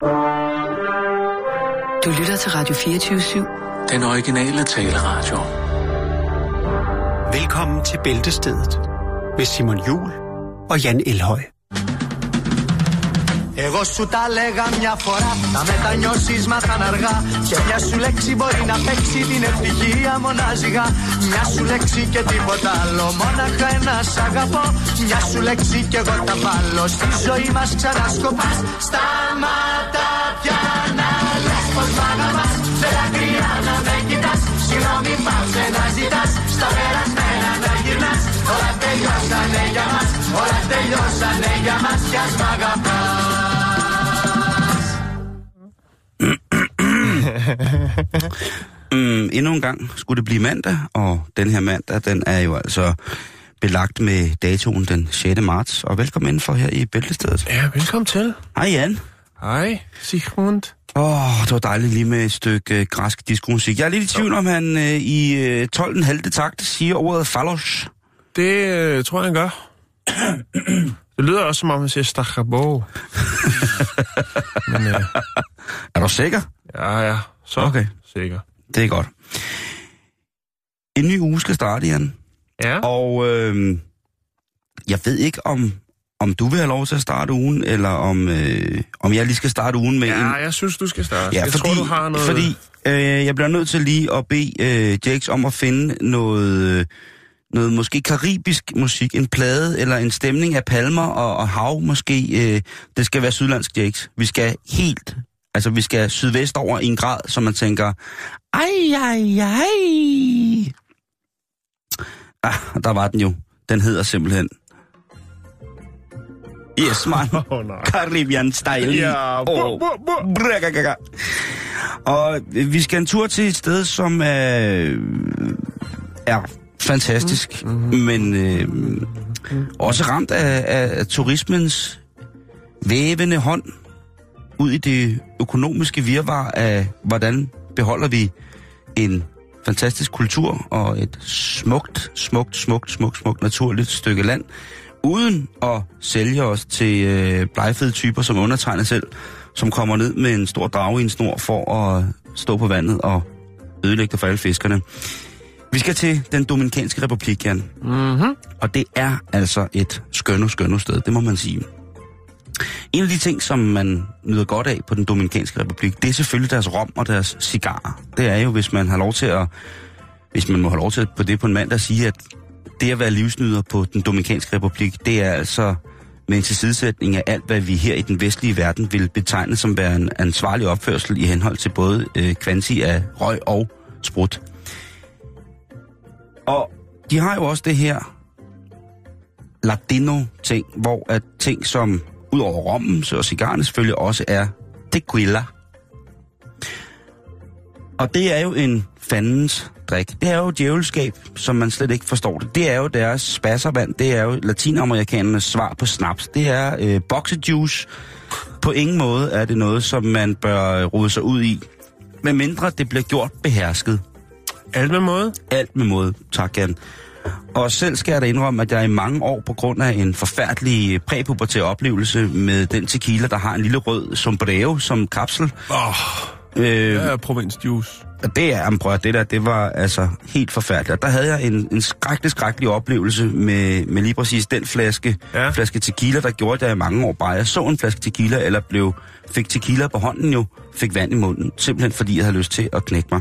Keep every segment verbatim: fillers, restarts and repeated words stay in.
Du lytter til Radio fireogtyve syv. Den originale taleradio. Velkommen til Bæltestedet med Simon Juhl og Jan Elhøj. Εγώ σου τα λέγα μια φορά, να μετανιώσεις μα θα αργά. Και μια σου λέξη μπορεί να παίξει την ευτυχία μονάζιγα. Μια σου λέξη και τίποτα άλλο, μόναχα ένα σ' αγαπώ. Μια σου λέξη και εγώ τα βάλω, στη ζωή μας ξανασκοπάς. Σταμάτα πια να λες πως μ' αγαπάς. Με δάκρυα να με κοιτάς, συγγνώμη πάψε να ζητάς. Στα περασμένα να γυρνάς, όλα τελειώσανε για μας. Όλα τελειώσανε για μας κι ας μ' αγαπάς. mm, endnu en gang skulle det blive mandag, og den her mandag, den er jo altså belagt med datoen den sjette marts. Og velkommen indenfor her i Bæltestedet. Ja, velkommen til. Hej Jan. Hej Sigmund. Åh, oh, det var dejligt lige med et stykke øh, græsk diskomusik. Jeg er lidt i tvivl om, han øh, i øh, tolv komma fem takt siger ordet fallos. Det øh, tror jeg, han gør. Det lyder også, som om han siger stakabo. Men, øh, er du sikker? Ja, ja. Så okay. Sikker. Det er godt. En ny uge skal starte, Jan. Ja. Og øh, jeg ved ikke, om, om du vil have lov til at starte ugen, eller om, øh, om jeg lige skal starte ugen med ja, en... Ja, jeg synes, du skal starte. Ja, jeg fordi, tror, du har noget... Fordi øh, jeg bliver nødt til lige at bede øh, Jakes om at finde noget... Øh, noget måske karibisk musik, en plade eller en stemning af palmer og, og hav måske. Øh, det skal være sydlandsk, Jakes. Vi skal helt, altså vi skal sydvest over i en grad, så man tænker, ej, ej, ej. Ah, der var den jo. Den hedder simpelthen Yes, man. Oh, nej. Caribbean Style. Ja. Oh. Og vi skal en tur til et sted, som er, er fantastisk, mm-hmm. men øh, mm-hmm. også ramt af, af, af turismens vævende hånd ud i det økonomiske virvar af, hvordan beholder vi en fantastisk kultur og et smukt, smukt, smukt, smukt, smukt naturligt stykke land, uden at sælge os til øh, blegfede typer som undertegnet selv, som kommer ned med en stor drage i en snor for at stå på vandet og ødelægge det for alle fiskerne. Vi skal til den Dominikanske Republik, Jan. Mm-hmm. Og det er altså et skønne, skønne sted, det må man sige. En af de ting, som man nyder godt af på den Dominikanske Republik, det er selvfølgelig deres rom og deres cigarer. Det er jo, hvis man har lov til at, hvis man må have lov til på det på en mand, at sige, at det at være livsnyder på den Dominikanske Republik, det er altså med en tilsidesætning af alt, hvad vi her i den vestlige verden vil betegne som være en ansvarlig opførsel i henhold til både øh, kvanti af røg og sprut. Og de har jo også det her latino-ting, hvor at ting som, ud over rommen, så cigarerne selvfølgelig også er tequila. Og det er jo en fandens drik. Det er jo djævelskab, som man slet ikke forstår det. Det er jo deres spasservand. Det er jo latinamerikanernes svar på snaps. Det er øh, boxejuice. På ingen måde er det noget, som man bør rode sig ud i. Med mindre det bliver gjort behersket. Alt med måde? Alt med måde, tak Jan. Og selv skal jeg da indrømme, at jeg i mange år på grund af en forfærdelig præpubertær oplevelse med den tequila, der har en lille rød sombrero som kapsel. Åh, oh, øh, det er provinsjuice. Det er, prøv det der, det var altså helt forfærdeligt. Der havde jeg en, en skrækkelig, skrækkelig oplevelse med, med lige præcis den flaske, ja. flaske tequila, der gjorde, at jeg i mange år bare, jeg så en flaske tequila, eller blev, fik tequila på hånden jo, fik vand i munden, simpelthen fordi jeg havde lyst til at knække mig.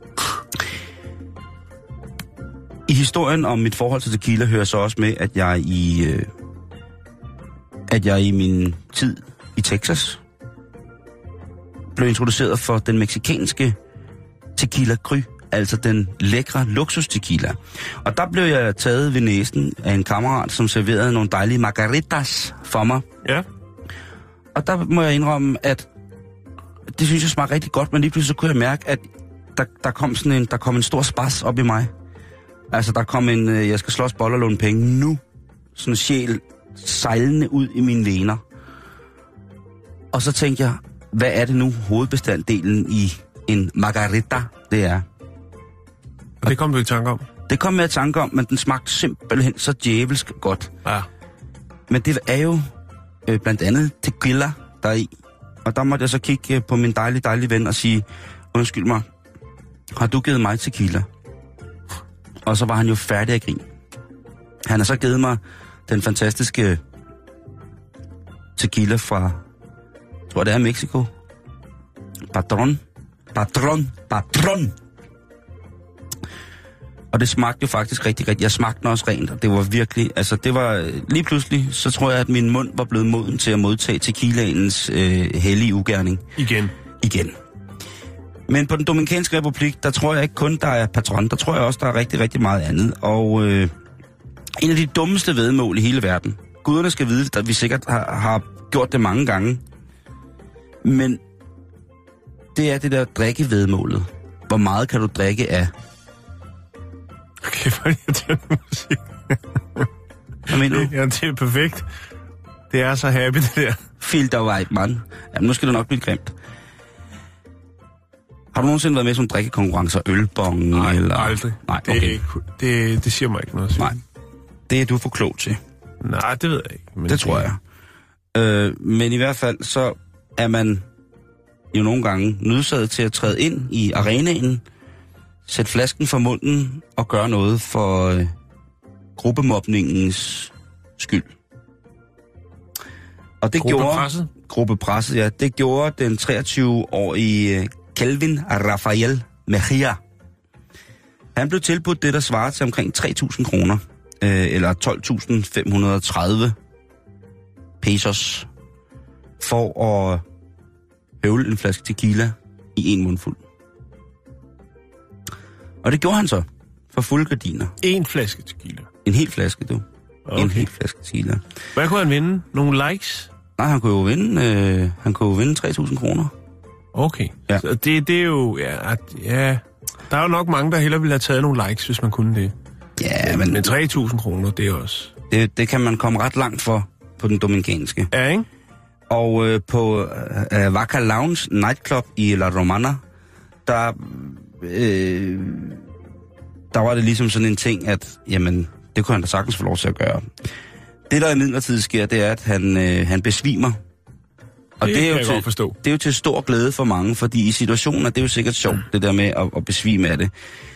I historien om mit forhold til tequila hører så også med, at jeg i, øh, at jeg i min tid i Texas blev introduceret for den mexikanske tequila cru, altså den lækre luksus tequila. Og der blev jeg taget ved næsen af en kammerat, som serverede nogle dejlige margaritas for mig. Ja. Og der må jeg indrømme, at det synes jeg smagte rigtig godt, men lige pludselig så kunne jeg mærke, at der, der, kom sådan en, der kom en stor spas op i mig. Altså, der kom en, jeg skal slås bold og låne penge nu. Sådan en sjæl sejlende ud i mine vener. Og så tænkte jeg, hvad er det nu hovedbestanddelen i en margarita, det er? Og det kom du i tanke om? Det kom jeg i tanke om, men den smagte simpelthen så djævelsk godt. Ja. Men det er jo øh, blandt andet tequila, der er i. Og der måtte jeg så kigge på min dejlige, dejlige ven og sige, undskyld mig, har du givet mig tequila? Og så var han jo færdig at grine. Han har så givet mig den fantastiske tequila fra, jeg tror det er Mexico. Padron. Padron. Padron. Og det smagte jo faktisk rigtig, rigtig. Jeg smagte den også rent, og det var virkelig, altså det var, lige pludselig, så tror jeg, at min mund var blevet moden til at modtage tequilaens øh, hellige ugerning. Igen. Igen. Men på den Dominikanske Republik, der tror jeg ikke kun, der er Patron, der tror jeg også, der er rigtig, rigtig meget andet. Og øh, en af de dummeste væddemål i hele verden. Guderne skal vide, at vi sikkert har, har gjort det mange gange. Men det er det der drikkevæddemålet. Hvor meget kan du drikke af? Okay, hvor er det musik? Hvad mener du? Ja, det er perfekt. Det er så happy, det der. Filter white, man. Ja, nu skal det nok blive grimt. Har du nogensinde været med som drikkekonkurrencer? Ølbong? Nej, eller? aldrig. Nej, okay. Det, er ikke, det, det siger mig ikke noget. Nej, det er du for klog til. Nej, det ved jeg ikke. Men det, det tror jeg. Øh, men i hvert fald, så er man jo nogle gange nødsaget til at træde ind i arenaen, sætte flasken for munden og gøre noget for øh, gruppemobningens skyld. Og det gruppepresset? gjorde... Gruppepresset, ja. Det gjorde den treogtyve-årige Kelvin Rafael Mejia. Han blev tilbudt det, der svarer til omkring tre tusind kroner, øh, eller tolv tusind fem hundrede og tredive pesos, for at høvle en flaske tequila i en mundfuld. Og det gjorde han så, for fulde gardiner. En flaske tequila? En hel flaske, du. Okay. En hel flaske tequila. Hvad kunne han vinde? Nogle likes? Nej, han kunne jo vinde, øh, han kunne jo vinde tre tusind kroner. Okay. Ja. Så det, det er jo... Ja, at, ja, der er jo nok mange, der hellere ville have taget nogle likes, hvis man kunne det. Ja, men... Men tre tusind kroner, det er også... Det, det kan man komme ret langt for på den dominikanske. Ja, ikke? Og øh, på øh, Vaca Lounge Nightclub i La Romana, der... Øh, der var det ligesom sådan en ting, at jamen, det kunne han da sagtens få lov til at gøre. Det, der imidlertid sker, det er, at han, øh, han besvimer. Og det, det, er jo kan jeg til, forstå. det er jo til stor glæde for mange, fordi i situationen er det jo sikkert sjovt, det der med at, at besvime af det.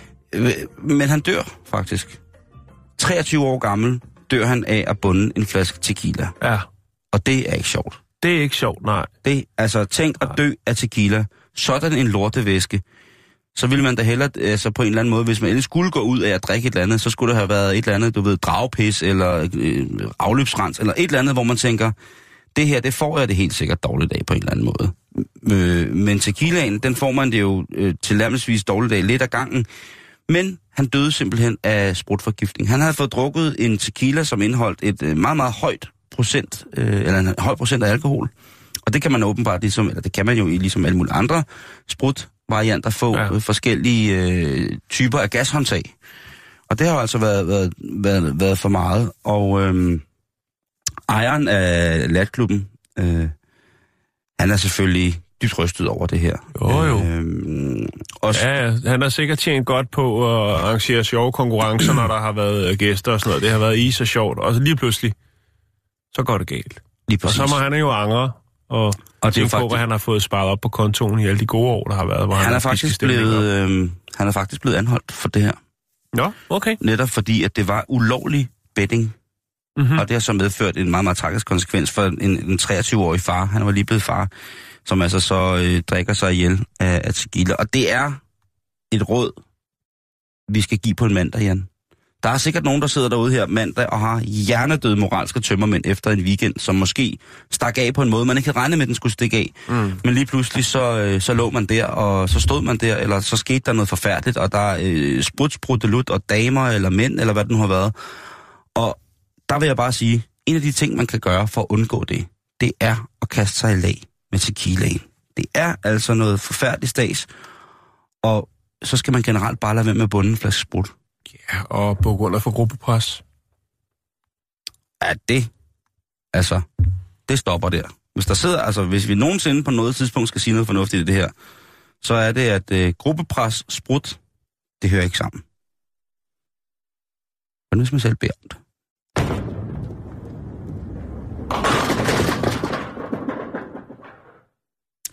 Men han dør faktisk. treogtyve år gammel dør han af at bunde en flaske tequila. Ja. Og det er ikke sjovt. Det er ikke sjovt, nej. Det, altså, tænk at dø af tequila. Sådan en lortevæske. Så ville man da hellere, altså på en eller anden måde, hvis man ellers skulle gå ud af at drikke et eller andet, så skulle det have været et eller andet, du ved, dragepis, eller øh, afløbsrens, eller et eller andet, hvor man tænker, det her, det får jeg det helt sikkert dårligt af på en eller anden måde. Øh, men tequilaen, den får man det jo øh, tilnærmelsesvis dårligt af lidt af gangen. Men han døde simpelthen af sprutforgiftning. Han havde fået drukket en tequila, som indeholdt et øh, meget, meget højt procent, øh, eller en høj procent af alkohol. Og det kan man åbenbart ligesom, eller det kan man jo i ligesom alle mulige andre sprutvarianter få ja. forskellige øh, typer af gashåndtag. Og det har altså været, været, været, været for meget. Og øh, ejeren af latklubben, øh, han er selvfølgelig dybt rystet over det her. Jo, jo. Øh, også, ja, han har sikkert tjent godt på at arrangere sjove konkurrencer, når der har været gæster og sådan noget. Det har været i så sjovt. Og så lige pludselig, så går det galt. Lige og så må han jo angre og, og tænke på, hvad han har fået sparet op på kontoen i alle de gode år, der har været. Hvor han, han, er faktisk blevet, øh, han er faktisk blevet anholdt for det her. Nå, okay. Netop fordi, at det var ulovlig betting. Mm-hmm. Og det har så medført en meget, meget tragisk konsekvens for en, en treogtyve-årig far. Han var lige blevet far, som altså så øh, drikker sig ihjel af, af tequila. Og det er et råd, vi skal give på en mandag, Jan. Der er sikkert nogen, der sidder derude her mandag og har hjernedøde moralske tømmermænd efter en weekend, som måske stak af på en måde, man ikke havde regnet med, at den skulle stikke af. Mm. Men lige pludselig så, øh, så lå man der, og så stod man der, eller så skete der noget forfærdeligt, og der er øh, sprutsprudelut og damer eller mænd, eller hvad det nu har været. Og der vil jeg bare sige, en af de ting, man kan gøre for at undgå det, det er at kaste sig i lag med tequilaen. Det er altså noget forfærdeligt stads, og så skal man generelt bare lade være med at bunde en flaske sprut. Ja, og på grund af for gruppepres. Ja, det, altså, det stopper der. Hvis der sidder, altså, hvis vi nogensinde på noget tidspunkt skal sige noget fornuftigt i det her, så er det, at øh, gruppepres, sprut, det hører ikke sammen. Og nu skal man selv bede om det.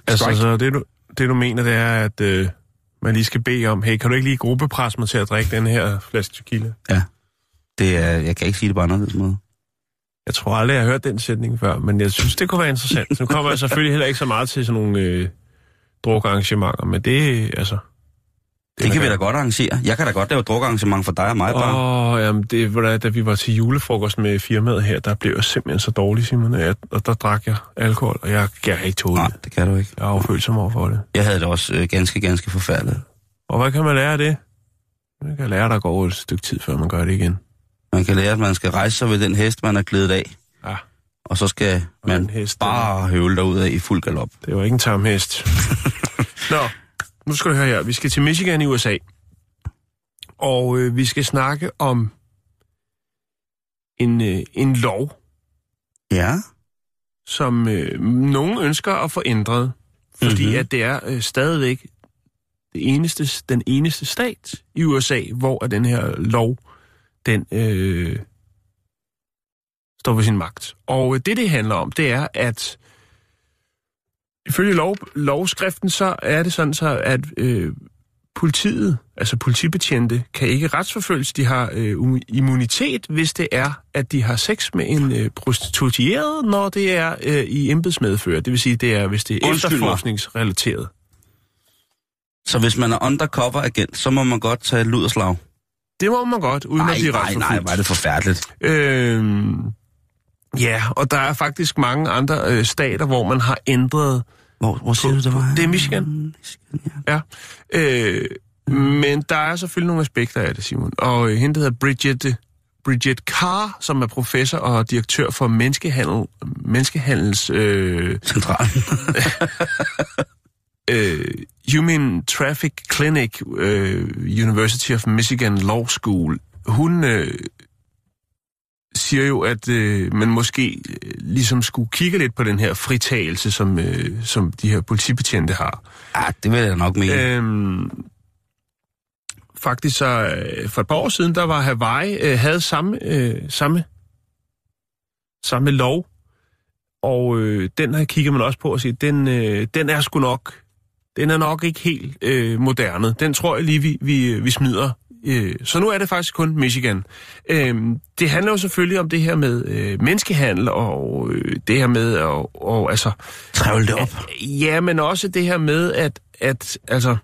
Altså, så det du, det du mener, det er, at øh, man lige skal bede om, hey, kan du ikke lige gruppepresse mig til at drikke den her flaske tequila? Ja. Det er, jeg kan ikke sige det på anderledes måde. Jeg tror aldrig, jeg har hørt den sætning før, men jeg synes, det kunne være interessant. Nu kommer jeg selvfølgelig heller ikke så meget til sådan nogle øh, drukarrangementer, men det, altså... Det, det kan vi da godt arrangere. Jeg kan da godt lave et drukarrangement for dig og mig, bare. Åh, oh, jamen, det var da, da vi var til julefrokost med firmaet her, der blev jeg simpelthen så dårlig, Simon, at, og der drak jeg alkohol, og jeg kan ikke tåle det. Nej, det kan du ikke. Jeg er affølsom over for det. Jeg havde det også øh, ganske, ganske forfærdeligt. Og hvad kan man lære af det? Man kan lære, at der går et stykke tid, før man gør det igen. Man kan lære, at man skal rejse sig ved den hest, man er klædet af. Ja. Og så skal og man hest, bare høvle derud af i fuld galop. Det var ikke en tam hest. Nå, nu skal du høre her. Vi skal til Michigan i U S A. Og øh, vi skal snakke om en, øh, en lov, ja, som øh, nogen ønsker at få ændret. Fordi mm-hmm. at det er øh, stadigvæk det eneste, den eneste stat i U S A, hvor at den her lov, den øh, står ved sin magt. Og øh, det, det handler om, det er, at ifølge lov, lovskriften, så er det sådan så, at øh, politiet, altså politibetjente, kan ikke retsforfølges. De har øh, immunitet, hvis det er, at de har sex med en øh, prostitueret, når det er øh, i embedsmedfører. Det vil sige, det er, hvis det er efterforskningsrelateret. Så hvis man er undercover agent, så må man godt tage luderslag? Det må man godt, uden ej, at blive nej, retsforfulgt. Nej, nej, var det forfærdeligt. Øhm, ja, og der er faktisk mange andre øh, stater, hvor man har ændret... Hvor, hvor siger du, det var? Det er Michigan. Michigan, ja. ja. Øh, men der er selvfølgelig nogle aspekter af det, Simon. Og øh, hende, der hedder Bridget, Bridget Carr, som er professor og direktør for menneskehandel, menneskehandels... Øh, Centralen. øh, Human Traffic Clinic, øh, University of Michigan Law School. Hun... Øh, siger jo, at øh, man måske øh, ligesom skulle kigge lidt på den her fritagelse, som, øh, som de her politibetjente har. Ja, det vil jeg nok mene. Øhm, faktisk så øh, for et par år siden, der var Hawaii, øh, havde samme, øh, samme, samme lov, og øh, den her kigger man også på og siger, den, øh, den er sgu nok, den er nok ikke helt øh, moderne. Den tror jeg lige, vi, vi, vi smider. Så nu er det faktisk kun Michigan. Det handler jo selvfølgelig om det her med menneskehandel, og det her med at og, altså, trævle det op. Ja, men også det her med, at, at altså,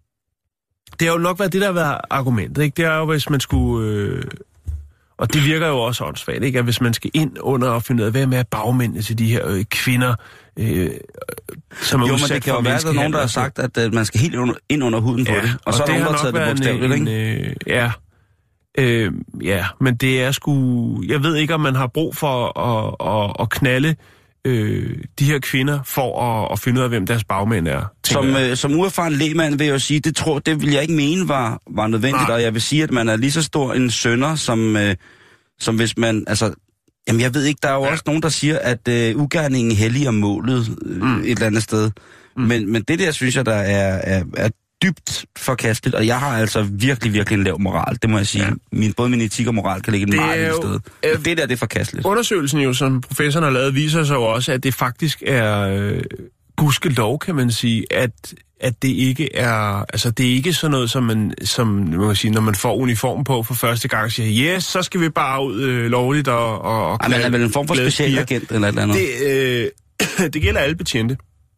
det har jo nok været det, der har været argumentet, ikke? Det er jo, hvis man skulle... Øh, og det virker jo også åndssvagt, ikke? At hvis man skal ind under og finde ud af, hvad med bagmændene til de her øh, kvinder, øh, som er jo, udsat men det kan jo være, at der er nogen, der har sagt, at uh, man skal helt under, ind under huden på ja, det. Og, og så er der nogen, der har taget det bogstaveligt, ikke? Øh, ja. Øh, ja, men det er sgu... Jeg ved ikke, om man har brug for at, at, at knalde øh, de her kvinder for at, at finde ud af, hvem deres bagmænd er. Som, øh, som uerfaren lægmand vil jeg jo sige, det, tror, det vil jeg ikke mene var, var nødvendigt, Nej. Og jeg vil sige, at man er lige så stor en synder, som, øh, som hvis man... altså Jamen, jeg ved ikke, der er jo ja. også nogen, der siger, at øh, ugerningen helliger målet øh, mm. et eller andet sted. Mm. Men, men det der, synes jeg, der er, er, er dybt forkasteligt, og jeg har altså virkelig, virkelig en lav moral, det må jeg sige. Ja. Min, både min etik og moral kan ligge et meget lille sted. Øh, det der, det er forkasteligt. Undersøgelsen jo, som professoren har lavet, viser sig jo også, at det faktisk er øh, gudskelov, kan man sige, at at det ikke er, altså det er ikke sådan noget, som man, som man kan sige, når man får uniform på for første gang, siger, yes, så skal vi bare ud øh, lovligt og, og, og Ej, men er vel en form for specialagent eller et eller andet? Det, øh, det gælder alle betjente.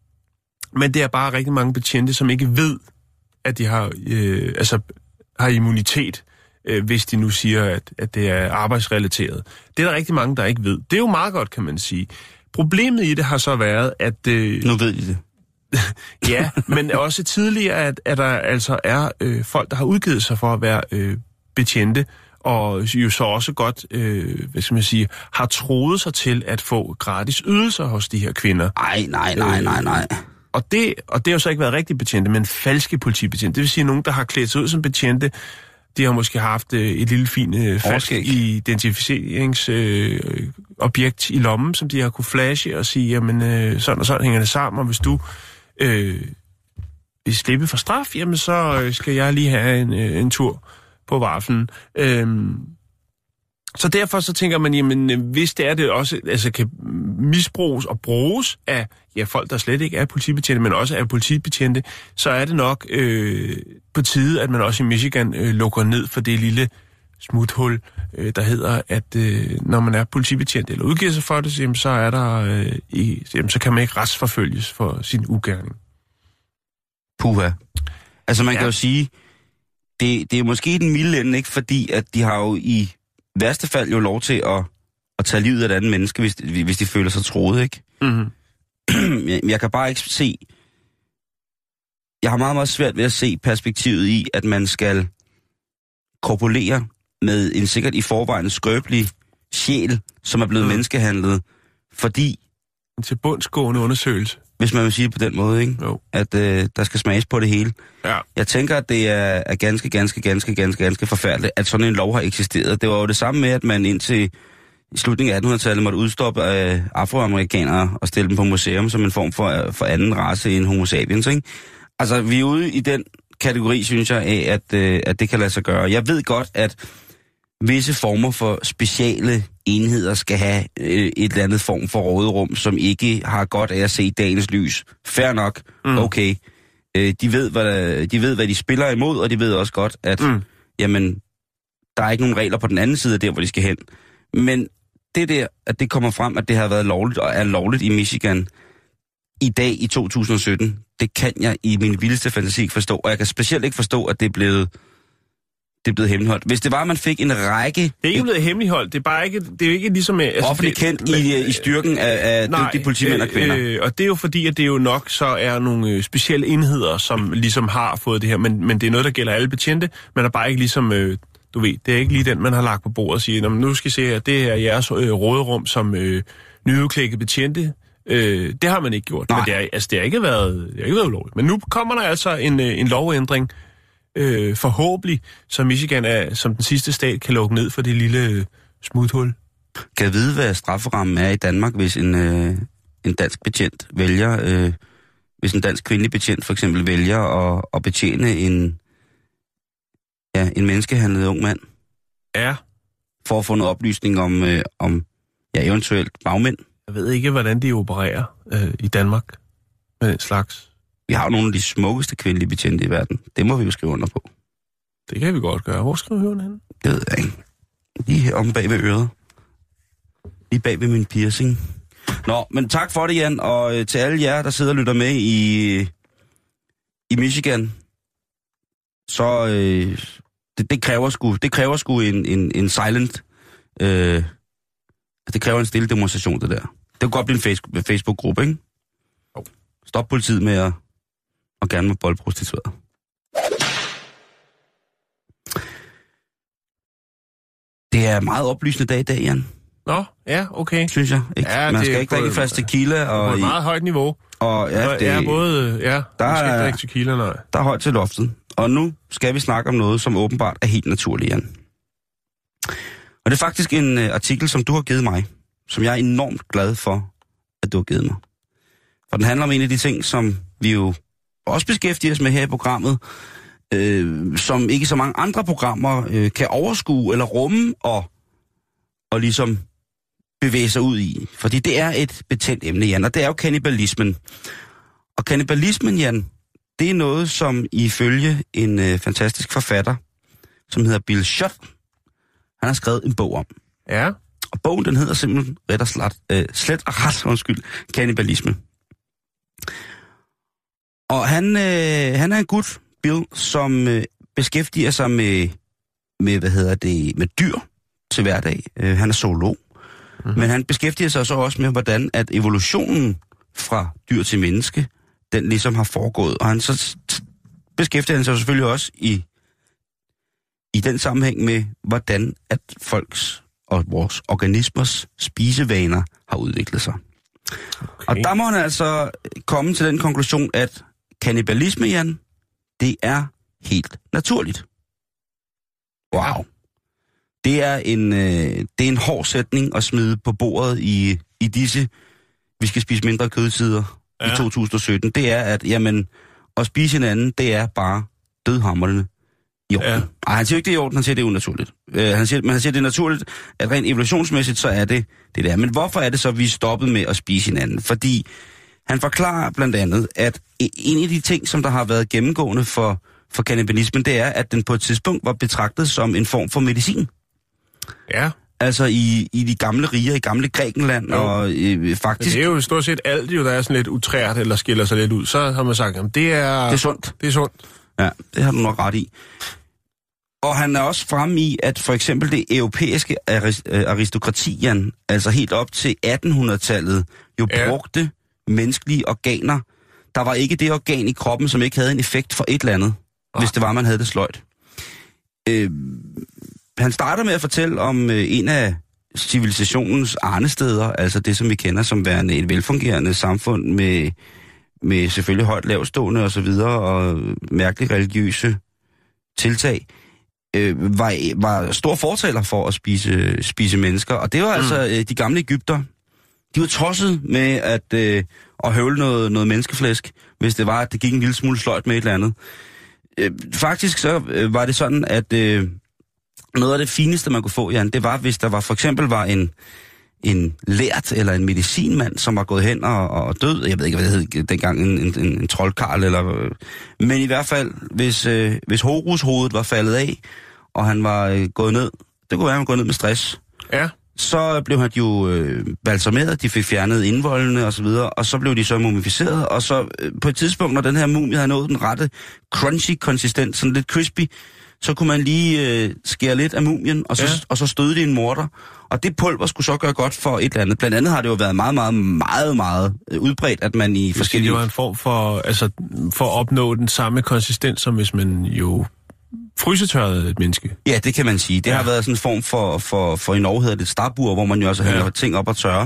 Men det er bare rigtig mange betjente, som ikke ved, at de har, øh, altså, har immunitet, øh, hvis de nu siger, at, at det er arbejdsrelateret. Det er der rigtig mange, der ikke ved. Det er jo meget godt, kan man sige. Problemet i det har så været, at... Øh, nu ved de det. Ja, men også tidligere, at, at der altså er øh, folk, der har udgivet sig for at være øh, betjente, og jo så også godt, øh, hvad skal man sige, har troet sig til at få gratis ydelser hos de her kvinder. Ej, nej, nej, nej, nej. Øh, og, det, og det har jo så ikke været rigtige betjente, men falske politibetjente. Det vil sige, nogen, der har klædt sig ud som betjente, de har måske haft øh, et lille fint øh, falsk identificeringsobjekt øh, i lommen, som de har kunne flashe og sige, jamen øh, sådan og sådan hænger det sammen, og hvis du øh, vil slippe for straf, jamen så øh, skal jeg lige have en, øh, en tur på vaffelen. Øh, Så derfor så tænker man, jamen hvis det er det også altså kan misbruges og bruges af ja, folk, der slet ikke er politibetjente, men også af politibetjente, så er det nok øh, på tide, at man også i Michigan øh, lukker ned for det lille smuthul, øh, der hedder, at øh, når man er politibetjent eller udgiver sig for det, jamen, så er der øh, i, jamen, så kan man ikke retsforfølges for sin ugerning. Puha. Altså man ja. kan jo sige, det, det er måske den milde ende, ikke? Fordi at de har jo i værste fald jo lov til at, at tage livet af et andet menneske, hvis, hvis de føler sig troet, ikke? Mm-hmm. jeg, jeg kan bare ikke se... Jeg har meget, meget svært ved at se perspektivet i, at man skal korpulere med en sikkert i forvejen skrøbelig sjæl, som er blevet mm. menneskehandlet, fordi... En tilbundsgående undersøgelse. Hvis man vil sige det på den måde, ikke? Jo. At øh, der skal smages på det hele. Ja. Jeg tænker, at det er, er ganske, ganske, ganske, ganske, ganske forfærdeligt, at sådan en lov har eksisteret. Det var jo det samme med, at man indtil i slutningen af attenhundredetallet måtte udstoppe øh, afroamerikanere og stille dem på museum som en form for, for anden race end homo sapiens, ikke? Altså, vi er ude i den kategori, synes jeg, af, at, øh, at det kan lade sig gøre. Jeg ved godt, at visse former for speciale enheder skal have øh, et eller andet form for råderum, som ikke har godt af at se dagens lys. Fair nok. Mm. Okay. Øh, de, ved, hvad, de ved, hvad de spiller imod, og de ved også godt, at mm. jamen, der er ikke nogen regler på den anden side af der, hvor de skal hen. Men det der, at det kommer frem, at det har været lovligt og er lovligt i Michigan i dag i to tusind og sytten, det kan jeg i min vildeste fantasi ikke forstå. Og jeg kan specielt ikke forstå, at det er blevet... det er blevet hemmeligholdt. Hvis det var, at man fik en række... Det er ikke blevet hemmeligholdt. Det er bare ikke... Det er jo ikke ligesom... Altså, offentligt kendt det, i, i styrken af, af nej, dygtige politimænd og kvinder. Øh, og det er jo fordi, at det jo nok så er nogle øh, specielle enheder, som ligesom har fået det her. Men, men det er noget, der gælder alle betjente. Man er bare ikke ligesom... Øh, du ved, det er ikke lige den, man har lagt på bordet og siger, nu skal I se her, det er jeres øh, råderum som øh, nyudklækket betjente. Øh, det har man ikke gjort. Nej. Men det, er, altså, det, har ikke været, det har ikke været ulovligt. Men nu kommer der altså en, øh, en lovændring, Øh, forhåbentlig, så Michigan er, som den sidste stat kan lukke ned for det lille øh, smuthul. Kan jeg vide, hvad strafferammen er i Danmark, hvis en, øh, en dansk betjent vælger, øh, hvis en dansk kvindelig betjent for eksempel vælger at, at betjene en, ja, en menneskehandlet ung mand? Ja. For at få noget oplysning om, øh, om ja, eventuelt bagmænd? Jeg ved ikke, hvordan de opererer øh, i Danmark med den slags. Vi har jo nogle af de smukkeste kvindelige betjente i verden. Det må vi jo skrive under på. Det kan vi godt gøre. Hvor skriver vi under henne? Det ved jeg ikke. Lige her om bag ved øret. Lige bag ved min piercing. Nå, men tak for det, Jan. Og øh, til alle jer, der sidder og lytter med i, i Michigan, så øh, det, det kræver sgu, det kræver sgu en, en, en silent... Øh, det kræver en stille demonstration, det der. Det kunne godt blive en Facebook, Facebook-gruppe, ikke? Jo. Stop politiet med at og gerne med boldprostitueret. Det er meget oplysende dag i dag, Jan. Nå, ja, okay. Synes jeg. Ikke? Ja, man skal ikke drikke fast tequila. Og på et meget højt niveau. Og ja, det er både... Ja, der man skal er, ikke drikke tequila, nej. Der er højt til loftet. Og nu skal vi snakke om noget, som åbenbart er helt naturligt, Jan. Og det er faktisk en uh, artikel, som du har givet mig, som jeg er enormt glad for, at du har givet mig. For den handler om en af de ting, som vi jo også beskæftiger os med her i programmet, øh, som ikke så mange andre programmer øh, kan overskue eller rumme og, og ligesom bevæge sig ud i. Fordi det er et betændt emne, Jan, og det er jo kannibalismen. Og kannibalismen, Jan, det er noget, som ifølge en øh, fantastisk forfatter, som hedder Bill Schott, han har skrevet en bog om. Ja. Og bogen, den hedder simpelthen ret og slet, øh, slet og ret, undskyld, kannibalisme. Og han, øh, han er en gut, Bill, som øh, beskæftiger sig med, med, hvad hedder det, med dyr til hverdag. Øh, han er zoolog. Mm-hmm. Men han beskæftiger sig så også med, hvordan at evolutionen fra dyr til menneske, den ligesom har foregået. Og han så beskæftiger han sig selvfølgelig også i, i den sammenhæng med, hvordan at folks og vores organismers spisevaner har udviklet sig. Okay. Og der må han altså komme til den konklusion, at kannibalisme, Jan, det er helt naturligt. Wow. Det er en, øh, det er en hård sætning at smide på bordet i, i disse, vi skal spise mindre kødtider ja. i to tusind og sytten. Det er, at jamen, at spise hinanden, det er bare dødhamrende i orden. Ja. Ej, han siger ikke, det er i orden, han siger, det er unaturligt. Øh, han siger, men han siger, det er naturligt, at rent evolutionsmæssigt, så er det det der. Men hvorfor er det så, at vi er stoppet med at spise hinanden? Fordi han forklarer blandt andet, at en af de ting, som der har været gennemgående for, for kannibalismen, det er, at den på et tidspunkt var betragtet som en form for medicin. Ja. Altså i, i de gamle riger, i gamle Grækenland, jo. og øh, faktisk... Men det er jo stort set alt, jo, der er sådan lidt utrært eller skiller sig lidt ud. Så har man sagt, at det er... Det er sundt. Det er sundt. Ja, det har du nok ret i. Og han er også fremme i, at for eksempel det europæiske aristokrati, Jan, altså helt op til attenhundredetallet, jo ja. brugte menneskelige organer. Der var ikke det organ i kroppen, som ikke havde en effekt for et eller andet, ja. hvis det var, man havde det sløjt. Øh, han starter med at fortælle om øh, en af civilisationens arnesteder, altså det, som vi kender som værende et velfungerende samfund med, med selvfølgelig højt lavstående og så videre, og mærkelige religiøse tiltag, øh, var, var stor fortaler for at spise, spise mennesker. Og det var mm. altså øh, de gamle Egypter. De var tosset med at, øh, at høvle noget, noget menneskeflæsk, hvis det var, at det gik en lille smule sløjt med et eller andet. Øh, faktisk så øh, var det sådan, at øh, noget af det fineste, man kunne få, Jan, det var, hvis der var for eksempel var en, en lært eller en medicinmand, som var gået hen og, og død. Jeg ved ikke, hvad det hed dengang, en, en, en, en troldkarl eller... Men i hvert fald, hvis, øh, hvis Horus-hovedet var faldet af, og han var øh, gået ned, det kunne være, at han var gået ned med stress. Ja. Så blev han jo øh, balsameret, de fik fjernet indvoldene og så videre, og så blev de så mumificeret, og så øh, på et tidspunkt, når den her mumie havde nået den rette crunchy konsistens, sådan lidt crispy, så kunne man lige øh, skære lidt af mumien, og så, ja. og så støde det i en morter. Og det pulver skulle så gøre godt for et eller andet. Blandt andet har det jo været meget, meget, meget, meget udbredt, at man i forskellige... Det var en form for, altså, for at opnå den samme konsistens, som hvis man jo frysetørrede et menneske. Ja, det kan man sige. Det ja. har været sådan en form for, for, for i Norge hedder det et starbur, hvor man jo også hænger ja. ting op og tørre.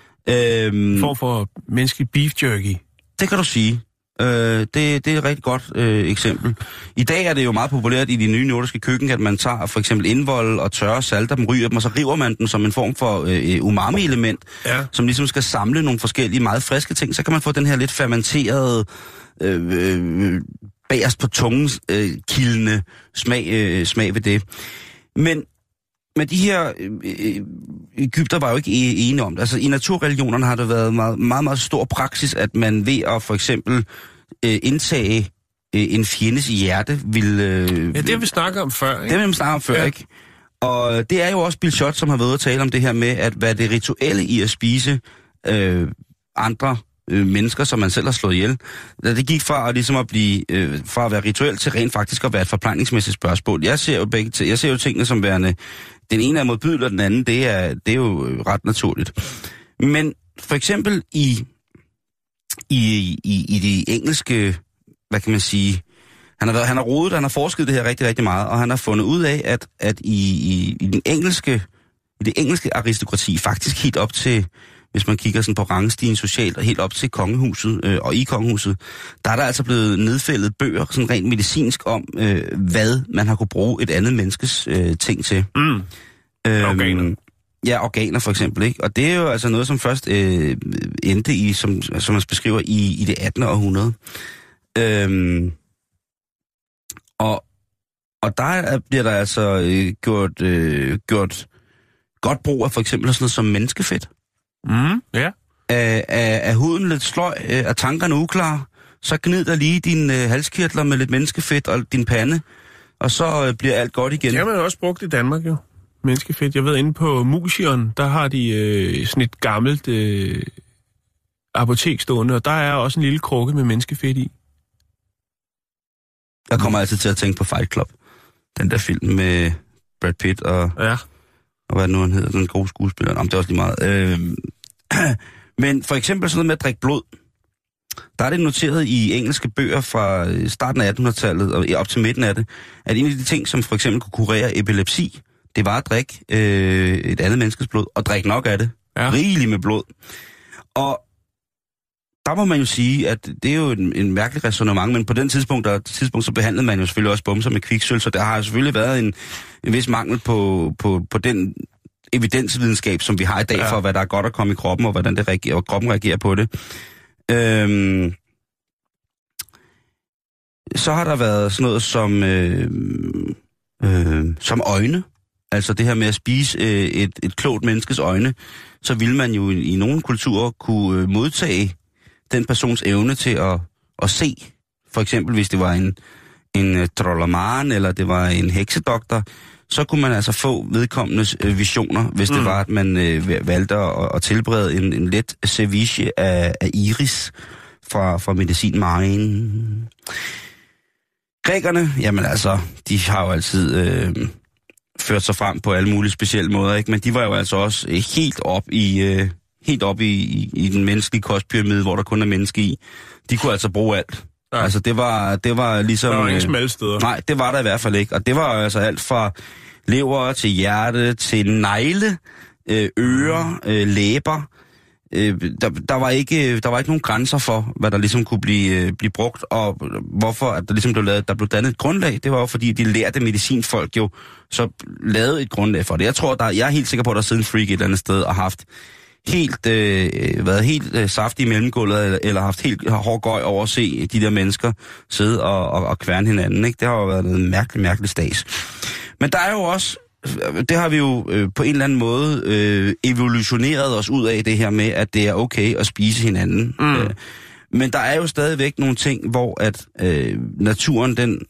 Øhm, en form for menneskelig beef jerky. Det kan du sige. Øh, det, det er et rigtig godt øh, eksempel. I dag er det jo meget populært i de nye nordiske køkken, at man tager for eksempel indvold og tørre salter dem, ryger dem, og så river man dem som en form for øh, umami-element, ja. som ligesom skal samle nogle forskellige meget friske ting. Så kan man få den her lidt fermenterede, øh, øh, bagerst på tungen øh, kildende smag, øh, smag ved det. Men Men de her øh, Egypter var jo ikke enige om det. Altså i naturreligionerne har det været meget, meget, meget stor praksis, at man ved at for eksempel øh, indtage øh, en fjendes hjerte vil... Øh, ja, det har vi snakket om før, ikke? Det har vi snakket om før, ja. ikke? Og det er jo også Bill Schott, som har været ude at tale om det her med, at hvad det rituelle i at spise øh, andre øh, mennesker, som man selv har slået ihjel. Det gik fra at, ligesom at blive, øh, fra at være rituelt til rent faktisk at være et forplejningsmæssigt spørgsmål. Jeg ser jo begge til, jeg ser jo tingene som værende, den ene er modbydelig, og den anden, det er, det er jo ret naturligt. Men for eksempel i, i, i, i de engelske, hvad kan man sige, han har, været, han har rodet, han har forsket det her rigtig, rigtig meget, og han har fundet ud af, at, at i, i, i, den engelske, i det engelske aristokrati, faktisk helt op til, hvis man kigger sådan på rangstigen socialt, og helt op til kongehuset, øh, og i kongehuset, der er der altså blevet nedfældet bøger, sådan rent medicinsk, om øh, hvad man har kunne bruge et andet menneskes øh, ting til. Mm. Øhm, organer. Ja, organer for eksempel, ikke? Og det er jo altså noget, som først øh, endte i, som, som man beskriver, i, i det attende århundrede. Øhm, og, og der bliver der altså øh, gjort, øh, gjort godt brug af for eksempel sådan noget som menneskefedt. Mm, ja. Er, er, er huden lidt sløj, er tankerne uklare, så gnid der lige dine øh, halskirtler med lidt menneskefedt og din pande, og så øh, bliver alt godt igen. Det har man også brugt i Danmark jo, menneskefedt. Jeg ved, inde på Musion, der har de øh, sådan et gammelt øh, apotek stående, og der er også en lille krukke med menneskefedt i. Jeg kommer altid til at tænke på Fight Club. Den der film med Brad Pitt og... Ja. Og hvad nu han hedder, den gode skuespiller. Jamen, det er også lige meget. Øh, men for eksempel sådan noget med at drikke blod. Der er det noteret i engelske bøger fra starten af attenhundredetallet og op til midten af det, at en af de ting, som for eksempel kunne kurere epilepsi, det var at drikke øh, et andet menneskes blod, og drikke nok af det. Ja. Rigeligt med blod. Og der må man jo sige, at det er jo en, en mærkelig ræsonnement, men på den tidspunkt, der, tidspunkt, så behandlede man jo selvfølgelig også bumser med kviksølv, så der har jo selvfølgelig været en, en vis mangel på, på, på den evidensvidenskab, som vi har i dag, ja. for hvad der er godt at komme i kroppen, og hvordan det reagerer, og kroppen reagerer på det. Øhm, så har der været sådan noget som, øh, som øjne. Altså det her med at spise øh, et, et klogt menneskes øjne, så ville man jo i, i nogle kulturer kunne øh, modtage den persons evne til at, at se. For eksempel hvis det var en, en uh, troldmand, eller det var en heksedoktor, så kunne man altså få vedkommendes øh, visioner, hvis mm. det var, at man øh, valgte at, at tilberede en, en let ceviche af, af iris fra, fra medicin marine. Grækerne, jamen altså, de har jo altid øh, ført sig frem på alle mulige specielle måder, ikke? Men de var jo altså også helt op i øh, helt op i, i, i den menneskelige kostpyramide, hvor der kun er menneske i. De kunne altså bruge alt. Ja. Altså det var, det var ligesom... Der var ingen øh, smalle steder. Nej, det var der i hvert fald ikke. Og det var altså alt fra lever til hjerte til negle, øh, ører, øh, læber. Øh, der, der, var ikke, der var ikke nogen grænser for, hvad der ligesom kunne blive, øh, blive brugt. Og hvorfor at der ligesom blev lavet, der blev dannet et grundlag, det var jo fordi, de lærte medicinfolk jo så lavede et grundlag for det. Jeg tror, der, jeg er helt sikker på, at der sidder en freak et eller andet sted og haft helt, øh, været helt øh, saftig i mellemgulvet, eller, eller haft helt hård gøj over at se de der mennesker sidde og, og, og kværne hinanden. Ikke? Det har jo været noget mærkeligt, mærkeligt stads. Men der er jo også, det har vi jo øh, på en eller anden måde øh, evolutioneret os ud af, det her med, at det er okay at spise hinanden. Mm. Øh, men der er jo stadigvæk nogle ting, hvor at øh, naturen, den,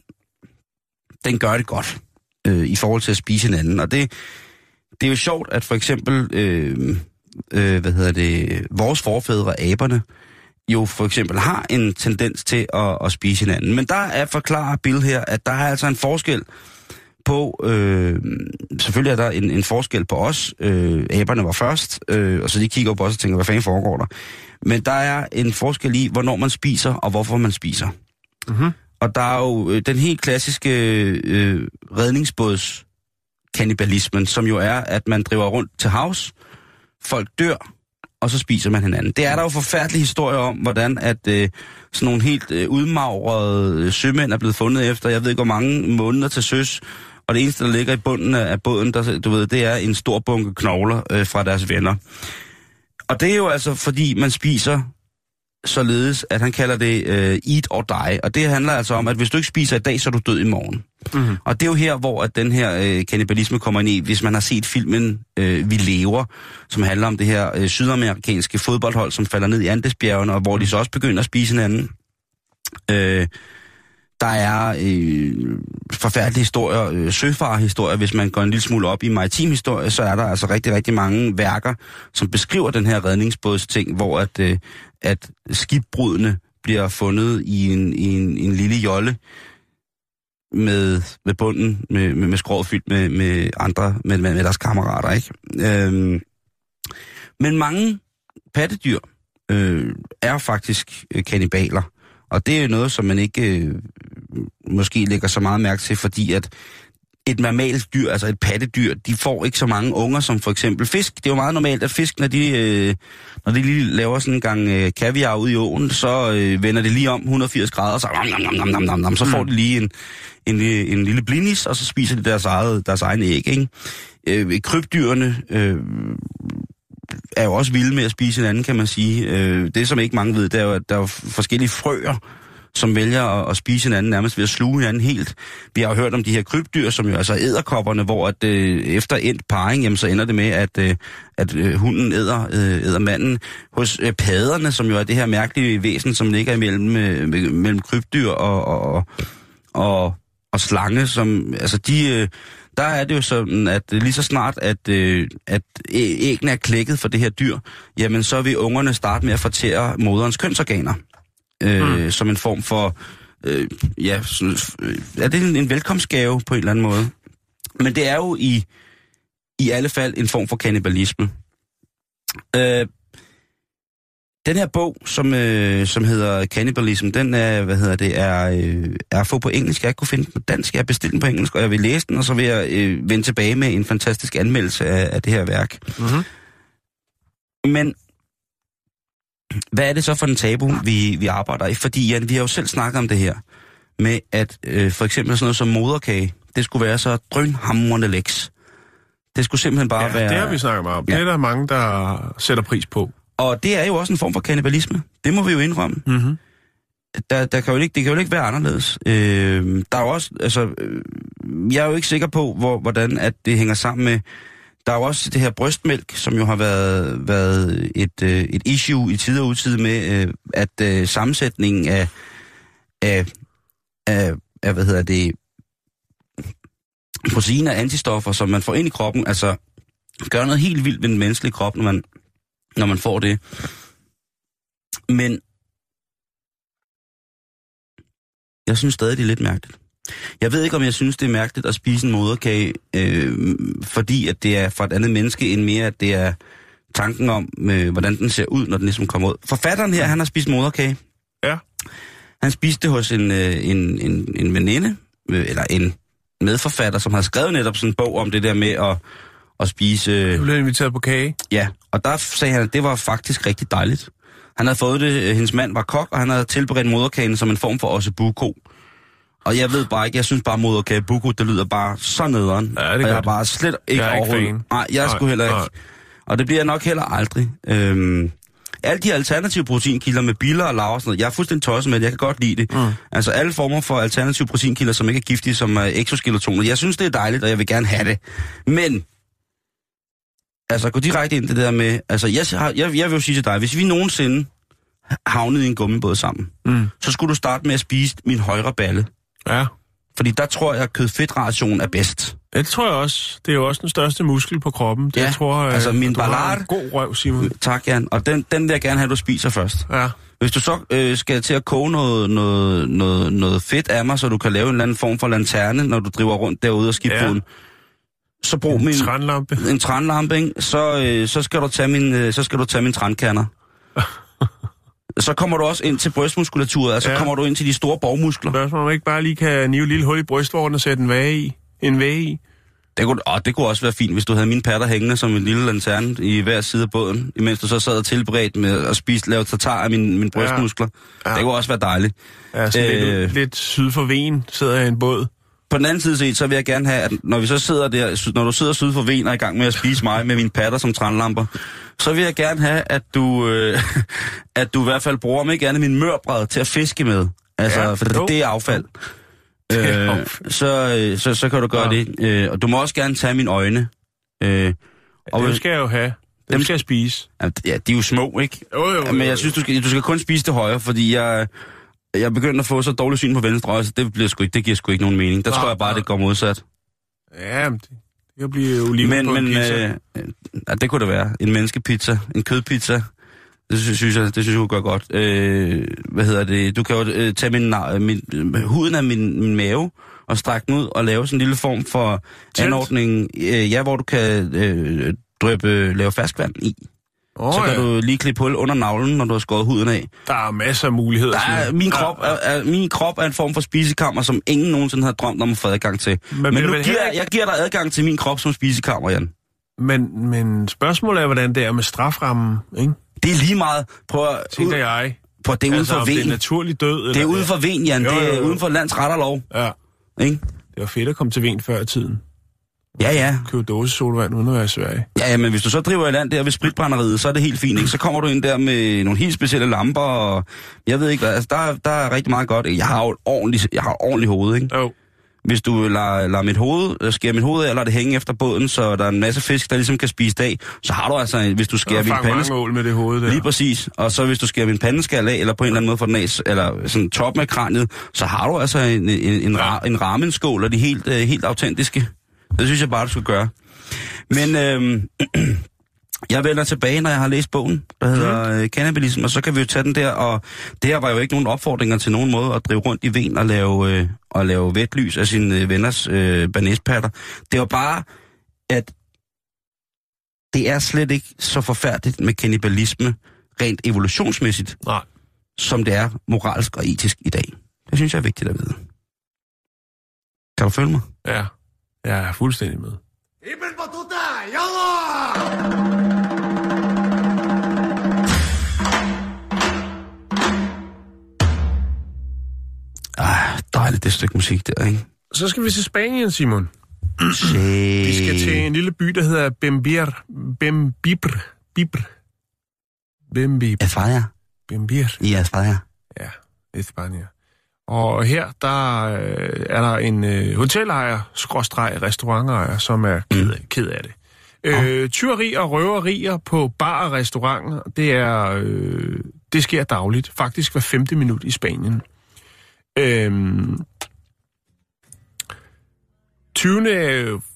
den gør det godt øh, i forhold til at spise hinanden. Og det, det er jo sjovt, at for eksempel... Øh, Øh, hvad hedder det, vores forfædre, aberne, jo for eksempel har en tendens til at, at spise hinanden. Men der er forklarer Bill her, at der er altså en forskel på, øh, selvfølgelig er der en, en forskel på os, øh, aberne var først, øh, og så de kigger på os og tænker, hvad fanden foregår der? Men der er en forskel i, hvornår man spiser, og hvorfor man spiser. Mm-hmm. Og der er jo øh, den helt klassiske øh, redningsbåds kannibalismen, som jo er, at man driver rundt til havs, folk dør, og så spiser man hinanden. Det er der jo forfærdelige historier om, hvordan at øh, sådan nogle helt øh, udmagrede sømænd er blevet fundet efter, jeg ved ikke hvor mange måneder til søs, og det eneste, der ligger i bunden af båden, der, du ved, det er en stor bunke knogler øh, fra deres venner. Og det er jo altså, fordi man spiser således, at han kalder det øh, eat or die, og det handler altså om, at hvis du ikke spiser i dag, så er du død i morgen. Mm-hmm. Og det er jo her, hvor at den her øh, kannibalisme kommer ind i, hvis man har set filmen øh, Vi lever, som handler om det her øh, sydamerikanske fodboldhold, som falder ned i Andesbjergene, og hvor de så også begynder at spise hinanden. Øh, der er øh, forfærdelige historier, øh, søfarerhistorier. Hvis man går en lille smule op i maritim historie, så er der altså rigtig, rigtig mange værker, som beskriver den her redningsbådsting, hvor at, øh, at skibbrudene bliver fundet i en, i en, en lille jolle, med, med bunden, med, med, med skroget fyldt med, med andre, med, med, med deres kammerater, ikke? Øhm, men mange pattedyr øh, er faktisk øh, kannibaler, og det er jo noget, som man ikke øh, måske lægger så meget mærke til, fordi at et mammalt dyr, altså et pattedyr, de får ikke så mange unger som for eksempel fisk. Det er jo meget normalt, at fisk, når de, øh, når de lige laver sådan en gang øh, kaviar ud i åen, så øh, vender det lige om et hundrede og firs grader, så, nam, nam, nam, nam, nam, så får de lige en, en, en lille blinis, og så spiser de deres, eget, deres egen æg. Ikke? Øh, krybdyrene øh, er jo også vilde med at spise hinanden, kan man sige. Øh, det, som ikke mange ved, det er jo, at der er forskellige frøer, som vælger at, at spise hinanden nærmest ved at sluge hinanden helt. Vi har jo hørt om de her krybdyr, som jo altså edderkopperne, hvor at, øh, efter endt parring, jamen, så ender det med, at, øh, at øh, hunden æder, øh, æder manden. Hos øh, paderne, som jo er det her mærkelige væsen, som ligger imellem øh, mellem krybdyr og, og, og, og slange, som, altså de... Øh, der er det jo sådan, at lige så snart, at, øh, at æggene er klækket for det her dyr, jamen så vil ungerne starte med at fortære moderens kønsorganer. Øh, mm. Som en form for, øh, ja, sådan, øh, er det en, en velkomstgave på en eller anden måde? Men det er jo i, i alle fald en form for kannibalisme. Øh, den her bog, som, øh, som hedder Cannibalism, den er, hvad hedder det, er, øh, er at få på engelsk. Jeg ikke kunne finde den på dansk, jeg har bestilt den på engelsk, og jeg vil læse den, og så vil jeg øh, vende tilbage med en fantastisk anmeldelse af, af det her værk. Mm-hmm. Men hvad er det så for en tabu, vi, vi arbejder i? Fordi Jan, vi har jo selv snakket om det her, med at øh, for eksempel sådan noget som moderkage, det skulle være så drønhamrende læks. Det skulle simpelthen bare ja, være... det har vi snakket meget om. Ja. Det er der mange, der sætter pris på. Og det er jo også en form for kannibalisme. Det må vi jo indrømme. Mm-hmm. der, der kan jo ikke, det kan jo ikke være anderledes. Øh, der er jo også, altså, øh, jeg er jo ikke sikker på, hvor, hvordan at det hænger sammen med. Der er jo også det her brystmælk, som jo har været, været et, øh, et issue i tid og utid med, øh, at øh, sammensætningen af, af, af, af, hvad hedder det, proteiner og antistoffer, som man får ind i kroppen, altså gør noget helt vildt ved den menneskelige krop, når man, når man får det. Men jeg synes stadig, det er lidt mærkeligt. Jeg ved ikke, om jeg synes, det er mærkeligt at spise en moderkage, øh, fordi at det er fra et andet menneske, end mere, at det er tanken om, øh, hvordan den ser ud, når den ligesom kommer ud. Forfatteren her, han har spist moderkage. Ja. Han spiste det hos en, øh, en, en, en veninde, øh, eller en medforfatter, som har skrevet netop sådan en bog om det der med at, at spise... Øh, du blev inviteret på kage. Ja, og der sagde han, at det var faktisk rigtig dejligt. Han havde fået det, hendes mand var kok, og han havde tilberedt moderkagen som en form for ossebuco. Og jeg ved bare ikke, jeg synes bare moderkage buco, det lyder bare så nederen. Ja, det og jeg er bare slet ikke overhovedet. Nej, jeg nej, skulle heller ikke. Nej. Og det bliver jeg nok heller aldrig. Øhm, alle de alternative proteinkilder med biller og laver og sådan noget, jeg er fuldstændig tosset med det, jeg kan godt lide det. Mm. Altså alle former for alternative proteinkilder, som ikke er giftige, som er exoskeletoner. Jeg synes, det er dejligt, og jeg vil gerne have det. Men, altså gå direkte ind det der med, altså jeg, jeg, jeg vil jo sige til dig, hvis vi nogensinde havnede i en gummibåd sammen, mm. så skulle du starte med at spise min højre balle. Ja. Fordi der tror jeg, at kød-fedt-rationen er bedst. Ja, det tror jeg også. Det er jo også den største muskel på kroppen. Det, ja, jeg tror, altså min du ballard... har en god røv, Simon. Tak, Jan. Og den, den vil jeg gerne have, at du spiser først. Ja. Hvis du så øh, skal til at koge noget, noget, noget, noget fedt af mig, så du kan lave en eller anden form for lanterne, når du driver rundt derude og skibbruden, ja. så brug en min... trænlampe. En trænlampe, ikke? Så, øh, så skal du tage min, øh, så skal du tage min trænkerner. Så kommer du også ind til brystmuskulaturet, altså ja. kommer du ind til de store borgmuskler. Spørgsmål, om man ikke bare lige kan nive et lille hul i brystvorten og sætte en væge i. En væge i. Det kunne, åh, det kunne også være fint, hvis du havde mine patter hængende som en lille lanterne i hver side af båden, imens du så sad og tilberedt med at spise, lave tartar af mine, mine brystmuskler. Ja. Ja. Det kunne også være dejligt. Ja, så øh, lidt, lidt syd for Ven sidder jeg i en båd. På den anden side set, så vil jeg gerne have, at når vi så sidder der, når du sidder syd for Ven og er i gang med at spise mig med mine patter som trænlamper, så vil jeg gerne have, at du, øh, at du i hvert fald bruger mig gerne min mørbræd til at fiske med. Altså, ja, for det, det er affald. Øh, så, så, så kan du gøre ja. det. Øh, og du må også gerne tage mine øjne. Øh, og dem skal jeg jo have. Dem, dem skal jeg spise. Ja, de er jo små, ikke? Jo, jo, jo, men jeg synes, du skal, du skal kun spise det højre, fordi jeg... Jeg er begyndt at få så dårligt syn på venstre øje, så det, bliver sgu ikke, det giver sgu ikke nogen mening. Der ja, tror jeg bare, ja. det går modsat. Ja, men det kan blive oliven men, på en men, pizza. Øh, ja, det kunne det være. En menneskepizza, en kødpizza. Det synes, synes jeg, det synes jeg kunne gøre godt. Øh, hvad hedder det? Du kan jo øh, tage min, min, huden af min, min mave og strække den ud og lave sådan en lille form for Telt. anordning. Øh, ja, hvor du kan øh, drøbe, lave ferskvand i. Oh, så kan ja. du lige klippe hul under navlen, når du har skåret huden af. Der er masser af muligheder. Der er, min, krop er, er, min krop er en form for spisekammer, som ingen nogensinde har drømt om at få adgang til. Men, men nu giver, ikke... jeg giver dig adgang til min krop som spisekammer, Jan. Men, men spørgsmålet er, hvordan det er med straframmen, ikke? Det er lige meget. Prøv at... Tænker jeg. Prøv at det er altså, uden for Ven. Det er naturlig død. Eller det er uden for Ven, Jan. Jo, jo, jo. Det er uden for lands ret og lov. Ja. Ikke? Det var fedt at komme til Ven før i tiden. Ja, ja. Købe dåse solvand uden at være i Sverige. Ja, ja, men hvis du så driver i land der ved spritbrænderiet, så er det helt fint, ikke? Så kommer du ind der med nogle helt specielle lamper, og jeg ved ikke hvad, altså der, der er rigtig meget godt. Jeg har jo et ordentligt, jeg har et ordentligt hoved, ikke? Jo. Hvis du lader, lader mit hoved, skærer mit hoved af, og lader det hænge efter båden, så der er en masse fisk, der ligesom kan spise af, så har du altså, hvis du skærer min pandeskal... med det hoved der. Lige præcis. Og så hvis du skærer min pandeskal af, eller på en eller anden måde for den af, eller sådan toppen af kraniet, så har du altså en, en, en, ja. en ramenskål, og de helt, uh, helt autentiske. Det synes jeg bare, du skal gøre. Men øhm, jeg vender tilbage, når jeg har læst bogen, der hedder mm. Kannibalisme, og så kan vi jo tage den der, og det her var jo ikke nogen opfordringer til nogen måde at drive rundt i Ven og lave, øh, og lave vetlys af sine venners øh, banæspatter. Det var bare, at det er slet ikke så forfærdeligt med kannibalisme, rent evolutionsmæssigt, Nej. som det er moralsk og etisk i dag. Det synes jeg er vigtigt at vide. Kan du følge mig? Ja. Jeg er fuldstændig med. Ah, dejligt det stykke musik der, ikke? Så skal vi til Spanien, Simon. Se. Vi skal til en lille by, der hedder Bembir. Bembibr. Bibr. Bembibr. España. Bembir. I España. Ja. España. Og her, der øh, er der en øh, hotelejer, skråstreg restaurantejer, som er ked af, ked af det. Øh, tyveri og røverier på bar og restauranter, det er øh, det sker dagligt. Faktisk hver femte minut i Spanien. Øh, tyvene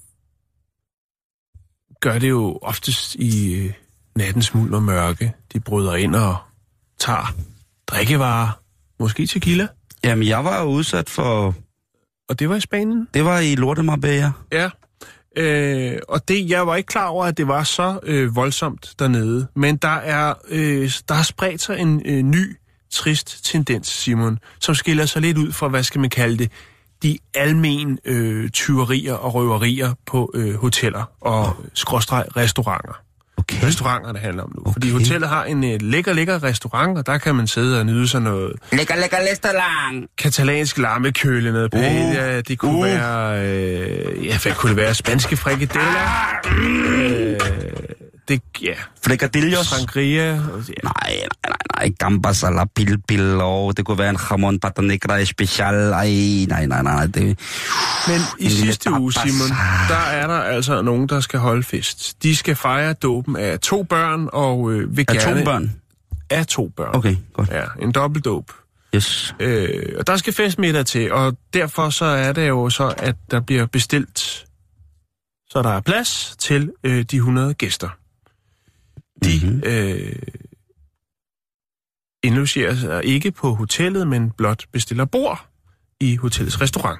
gør det jo oftest i øh, nattens mulm og mørke. De bryder ind og tager drikkevarer, måske tequila. Jamen, jeg var jo udsat for... Og det var i Spanien? Det var i Lorte Marbella. Ja, øh, og det, jeg var ikke klar over, at det var så øh, voldsomt dernede. Men der er øh, der har spredt sig en øh, ny, trist tendens, Simon, som skiller sig lidt ud fra, hvad skal man kalde det, de almen øh, tyverier og røverier på øh, hoteller og oh. skråstreg restauranter. Okay. Restauranter, det handler om nu. Okay. Fordi hotellet har en uh, lækker, lækker restaurant, og der kan man sidde og nyde sig noget... Lækker, lækker restaurant! Katalansk lammekøle, noget uh. paella, det kunne uh. være... Øh, ja, hvad kunne det være? Spanske frikadeller? øh, det, ja... Frikadillos? Sangria? Ja. Nej, nej, nej, nej. Gambas a la pil pil, og det kunne være en jamon pata negra especial. Ej, nej, nej, nej. Det... Men i sidste uge, Simon, der er der altså nogen, der skal holde fest. De skal fejre dåben af to børn, og øh, vil af gerne... to børn? Af to børn. Okay, godt. Ja, en dobbeltdåb. Yes. Øh, og der skal festmiddag til, og derfor så er det jo så, at der bliver bestilt, så der er plads til øh, de hundrede gæster. De mm-hmm. øh, indlogerer sig ikke på hotellet, men blot bestiller bord i hotellets restaurant.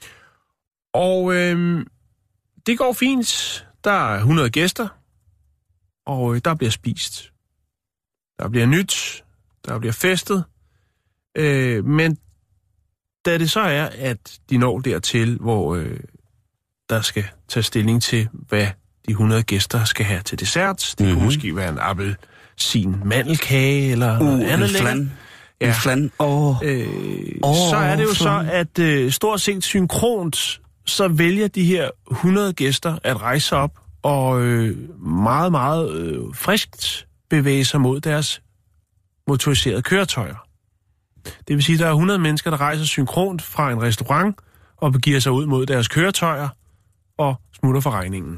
Og øh, det går fint. Der er hundrede gæster, og øh, der bliver spist. Der bliver nyt, der bliver festet. Øh, men da det så er, at de når dertil, hvor øh, der skal tage stilling til, hvad de hundrede gæster skal have til dessert. Det mm-hmm. kunne måske være en appelsin mandelkage eller uh, noget andet. En flan. Ja. En flan. Oh. Øh, oh, så er det jo flan. så, at øh, stort set synkront, så vælger de her hundrede gæster at rejse sig op og øh, meget, meget øh, friskt bevæge sig mod deres motoriserede køretøjer. Det vil sige, at der er hundrede mennesker, der rejser synkront fra en restaurant og begiver sig ud mod deres køretøjer og smutter for regningen.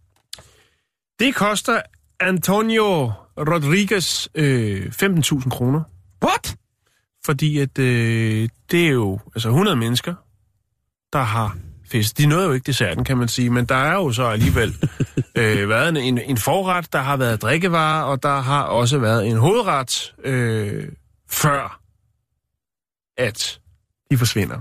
Det koster Antonio Rodriguez øh, femten tusind kroner. What? Fordi at øh, det er jo altså hundrede mennesker, der har fest. De nåede jo ikke desserten, kan man sige, men der er jo så alligevel øh, været en, en forret, der har været drikkevarer, og der har også været en hovedret øh, før, at de forsvinder.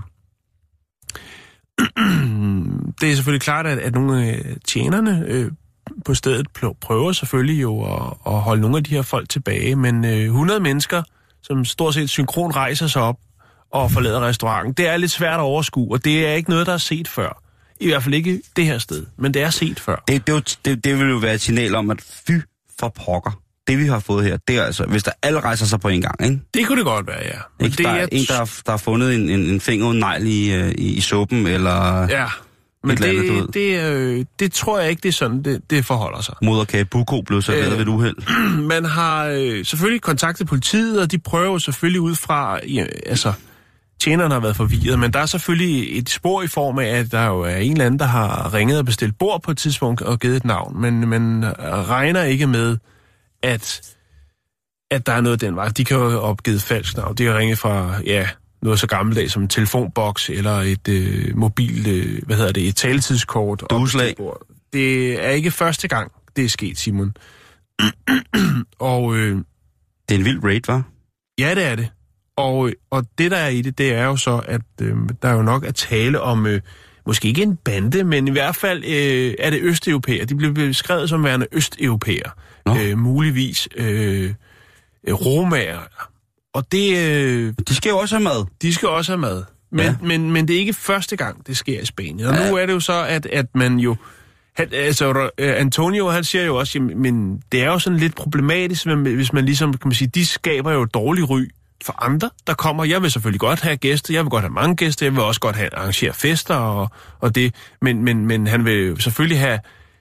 Det er selvfølgelig klart, at, at nogle af tjenerne øh, på stedet prøver selvfølgelig jo at, at holde nogle af de her folk tilbage, men øh, hundrede mennesker, som stort set synkron rejser sig op og forlader restauranten, det er lidt svært at overskue, og det er ikke noget, der er set før. I hvert fald ikke det her sted, men det er set før. Det, det, det, det vil jo være et signal om, at fy for pokker. Det vi har fået her, det er altså, hvis der alle rejser sig på en gang, ikke? Det kunne det godt være, ja. Men ikke, det der er er en, der har, der har fundet en, en, en finger og en negl i, i, i suppen, eller... Ja, men det, andet, det, øh, det tror jeg ikke, det er sådan, det, det forholder sig. Moderkage Buko blev serveret øh, ved et uheld. Man har øh, selvfølgelig kontaktet politiet, og de prøver selvfølgelig ud fra... Ja, altså, tjenerne har været forvirret, men der er selvfølgelig et spor i form af, at der jo er en eller anden, der har ringet og bestilt bord på et tidspunkt og givet et navn, men man regner ikke med, at, at der er noget den vej. De kan jo have opgivet falsk navn. De har ringet fra, ja, noget så gammeldags som en telefonboks eller et øh, mobil, øh, hvad hedder det, et taletidskort. Dueslag. Det er ikke første gang, det er sket, Simon. og... Øh, det er en vild raid, hva'? Ja, det er det. Og, og det, der er i det, det er jo så, at øh, der er jo nok at tale om, øh, måske ikke en bande, men i hvert fald øh, er det østeuropæer. De bliver beskrevet som værende østeuropæer. Øh, muligvis øh, romager. Og det... Øh, de skal jo også have mad. De skal også have mad. Men, ja. men, men det er ikke første gang, det sker i Spanien. Og ja. Nu er det jo så, at, at man jo... Han, altså, Antonio, han siger jo også, jamen, men det er jo sådan lidt problematisk, hvis man ligesom, kan man sige, de skaber jo et dårligt ry for andre, der kommer. Jeg vil selvfølgelig godt have gæster, jeg vil godt have mange gæster, jeg vil også godt have arrangere fester og, og det, men, men, men han vil selvfølgelig have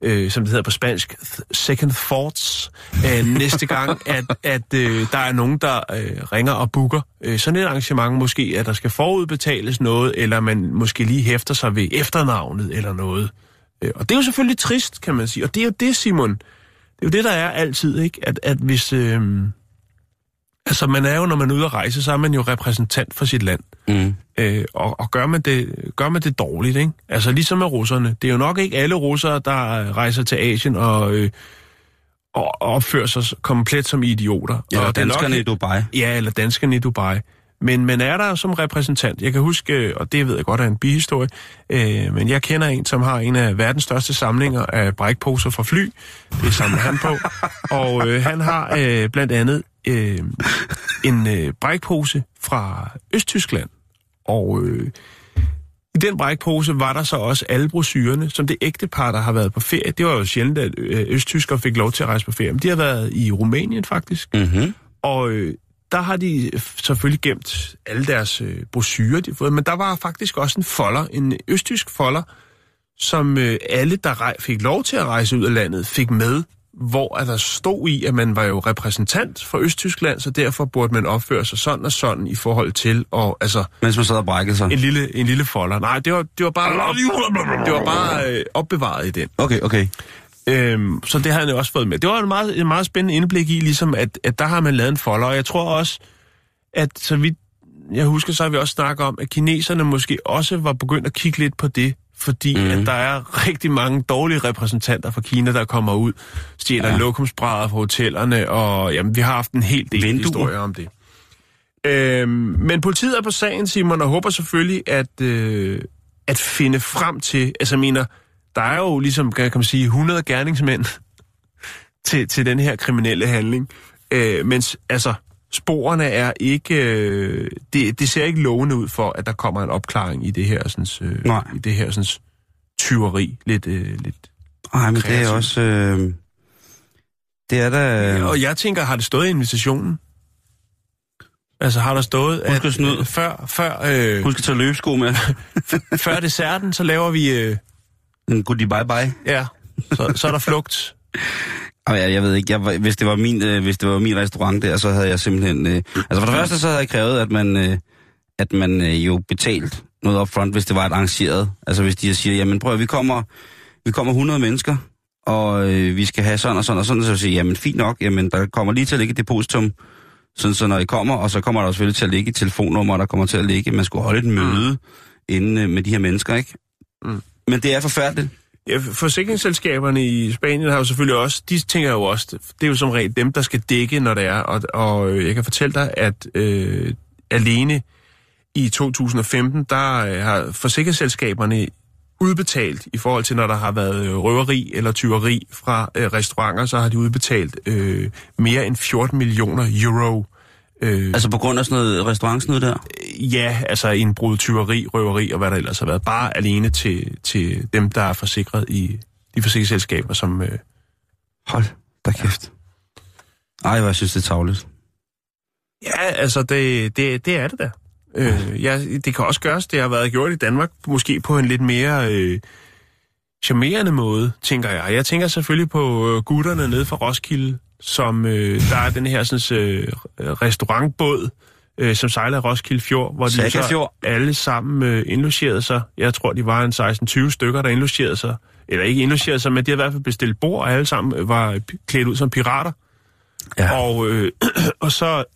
øh, som det hedder på spansk, second thoughts, øh, næste gang, at, at øh, der er nogen, der øh, ringer og booker øh, sådan et arrangement, måske at der skal forudbetales noget, eller man måske lige hæfter sig ved efternavnet eller noget. Øh, og det er jo selvfølgelig trist, kan man sige. Og det er jo det, Simon, det er jo det, der er altid, ikke? At, at hvis... Øh, altså, man er jo, når man er ude at rejse, så er man jo repræsentant for sit land. Mm. Øh, og og gør, man det, gør man det dårligt, ikke? Altså, ligesom med russerne. Det er jo nok ikke alle russere, der rejser til Asien og, øh, og opfører sig komplet som idioter. Eller og danskerne nok, i Dubai. Ja, eller danskerne i Dubai. Men man er der som repræsentant. Jeg kan huske, og det ved jeg godt er en bihistorie, øh, men jeg kender en, som har en af verdens største samlinger af brækposer fra fly. Det samler han på. Og øh, han har øh, blandt andet øh, en øh, brækpose fra Østtyskland. Og øh, i den brækpose var der så også alle brochurerne, som det ægtepar, der har været på ferie. Det var jo sjældent, at øh, østtyskere fik lov til at rejse på ferie. Men de har været i Rumænien faktisk. Mm-hmm. Og øh, der har de selvfølgelig gemt alle deres øh, brochurer, de har fået. Men der var faktisk også en folder, en østtysk folder, som øh, alle, der rej- fik lov til at rejse ud af landet, fik med, hvor der stod i, at man var jo repræsentant for Østtyskland, så derfor burde man opføre sig sådan og sådan i forhold til, og altså... Mens man sad og brækkede sig? En lille, en lille folder. Nej, det var, det var bare, op, det var bare øh, opbevaret i den. Okay, okay. Øhm, så det har han jo også fået med. Det var en meget, en meget spændende indblik i, ligesom at, at der har man lavet en folder, og jeg tror også, at så vidt jeg husker, så har vi også snakket om, at kineserne måske også var begyndt at kigge lidt på det, fordi mm. at der er rigtig mange dårlige repræsentanter fra Kina, der kommer ud, stjæler ja. lokumsbrædder fra hotellerne, og jamen, vi har haft en hel del Vinduer. historier om det. Øhm, men politiet er på sagen, Simon, og håber selvfølgelig at, øh, at finde frem til, altså mener, der er jo ligesom, kan man sige, hundrede gerningsmænd til, til den her kriminelle handling, øh, mens altså sporene er ikke, øh, det, det ser ikke lovende ud for, at der kommer en opklaring i det her sådan, øh, i det her sådan tyveri, lidt øh, lidt. Nej, men kreativt. Det er også, øh, det er da. Øh, og jeg tænker, har det stået i invitationen? Altså har der stået, Husk at øh, før før øh, Husk at tage løbesko med. før desserten, så laver vi øh, en goodie bye bye. Ja, så, så er der flugt. Jeg, jeg ved ikke, jeg, hvis, det var min, øh, hvis det var min restaurant der, så havde jeg simpelthen... Øh, altså for det første, så havde jeg krævet, at man, øh, at man øh, jo betalt noget upfront, hvis det var et arrangeret. Altså hvis de siger, jamen prøv, vi kommer, vi kommer hundrede mennesker, og øh, vi skal have sådan og sådan og sådan, så siger jamen fint nok, jamen der kommer lige til at ligge et depositum, sådan så når I kommer, og så kommer der selvfølgelig til at ligge et telefonnummer, der kommer til at ligge, man skulle holde et møde mm. inden øh, med de her mennesker, ikke? Mm. Men det er forfærdeligt. Ja, forsikringsselskaberne i Spanien har jo selvfølgelig også, de tænker jo også, det er jo som regel dem, der skal dække, når det er, og, og jeg kan fortælle dig, at øh, alene i to tusind og femten, der øh, har forsikringsselskaberne udbetalt, i forhold til når der har været røveri eller tyveri fra øh, restauranter, så har de udbetalt øh, mere end fjorten millioner euro. Øh, altså på grund af sådan noget restaurantsnyd der? Ja, altså indbrud, tyveri, røveri og hvad der ellers har været. Bare alene til, til dem, der er forsikret i de forsikringsselskaber, som... Øh... Hold da kæft. Ej, hvor jeg synes, det er tarveligt. Ja, altså det, det, det er det da. Øh, ja, det kan også gøres. Det har været gjort i Danmark, måske på en lidt mere øh, charmerende måde, tænker jeg. Jeg tænker selvfølgelig på øh, gutterne nede fra Roskilde, som øh, der er den her sådan, øh, restaurantbåd, øh, som sejler i Roskilde Fjord, hvor de så alle sammen øh, indlogerede sig. Jeg tror, de var en seksten tyve stykker, der indlogerede sig. Eller ikke indlogerede sig, men de havde i hvert fald bestilt bord, og alle sammen var klædt ud som pirater. Ja. Og, øh, og så,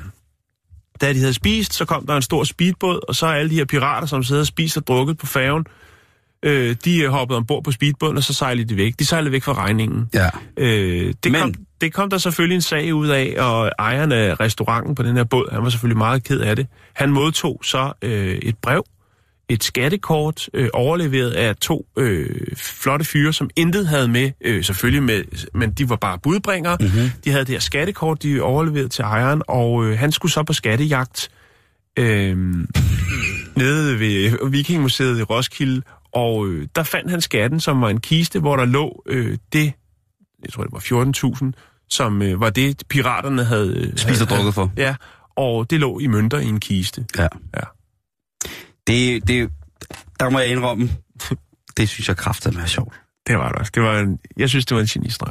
da de havde spist, så kom der en stor speedbåd, og så alle de her pirater, som sidder og spiser og drukket på færgen, øh, de hoppede ombord på speedbåden, og så sejlede de væk. De sejlede væk fra regningen. Ja. Øh, det, men... kom, det kom der selvfølgelig en sag ud af, og ejeren af restauranten på den her båd, han var selvfølgelig meget ked af det. Han modtog så øh, et brev, et skattekort, øh, overleveret af to øh, flotte fyre, som intet havde med, øh, selvfølgelig med, men de var bare budbringere. Mm-hmm. De havde det her skattekort, de overleverede til ejeren, og øh, han skulle så på skattejagt øh, nede ved Vikingmuseet i Roskilde, og øh, der fandt han skatten, som var en kiste, hvor der lå øh, det, jeg tror det var fjorten tusind, som øh, var det, piraterne havde... Øh, spist og drukket for. Ja, og det lå i mønter i en kiste. Ja. Ja. Det, det, der må jeg indrømme, det synes jeg kraftedeme er sjovt. Det var det også. Det var en, jeg synes, det var en genistreg.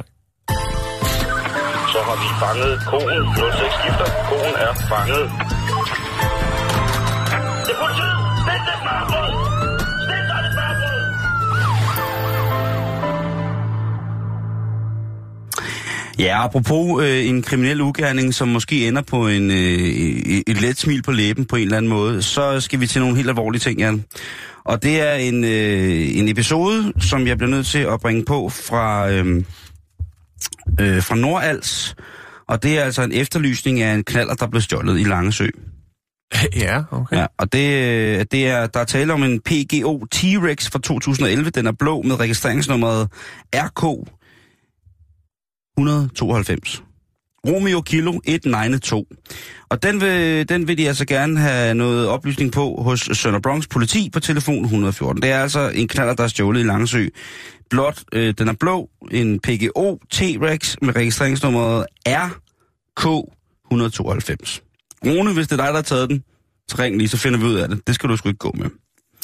Så har vi fanget konen. nul seks skifter. Konen er fanget. Det er politiet! Stil det smørbrød! Stil dig det smørbrød! Ja, apropos øh, en kriminel ugerning, som måske ender på en, øh, et let smil på læben på en eller anden måde, så skal vi til nogle helt alvorlige ting, Jan. Og det er en, øh, en episode, som jeg bliver nødt til at bringe på fra, øh, øh, fra Nordals. Og det er altså en efterlysning af en knaller, der blev stjålet i Langesø. Ja, okay. Ja, og det, det er, der er tale om en P G O T-Rex fra to tusind og elleve. Den er blå med registreringsnummeret R K et hundrede tooghalvfems. Romeo Kilo et nine to. Og den vil, den vil de altså gerne have noget oplysning på hos Sønder Bronx politi på telefon et hundrede og fjorten. Det er altså en knaller, der er stjålet i Langesø. Blot, øh, den er blå, en P G O T-Rex med registreringsnummeret R K et hundrede tooghalvfems. Rune, hvis det er dig, der har taget den, så ring lige, så finder vi ud af det. Det skal du sgu ikke gå med.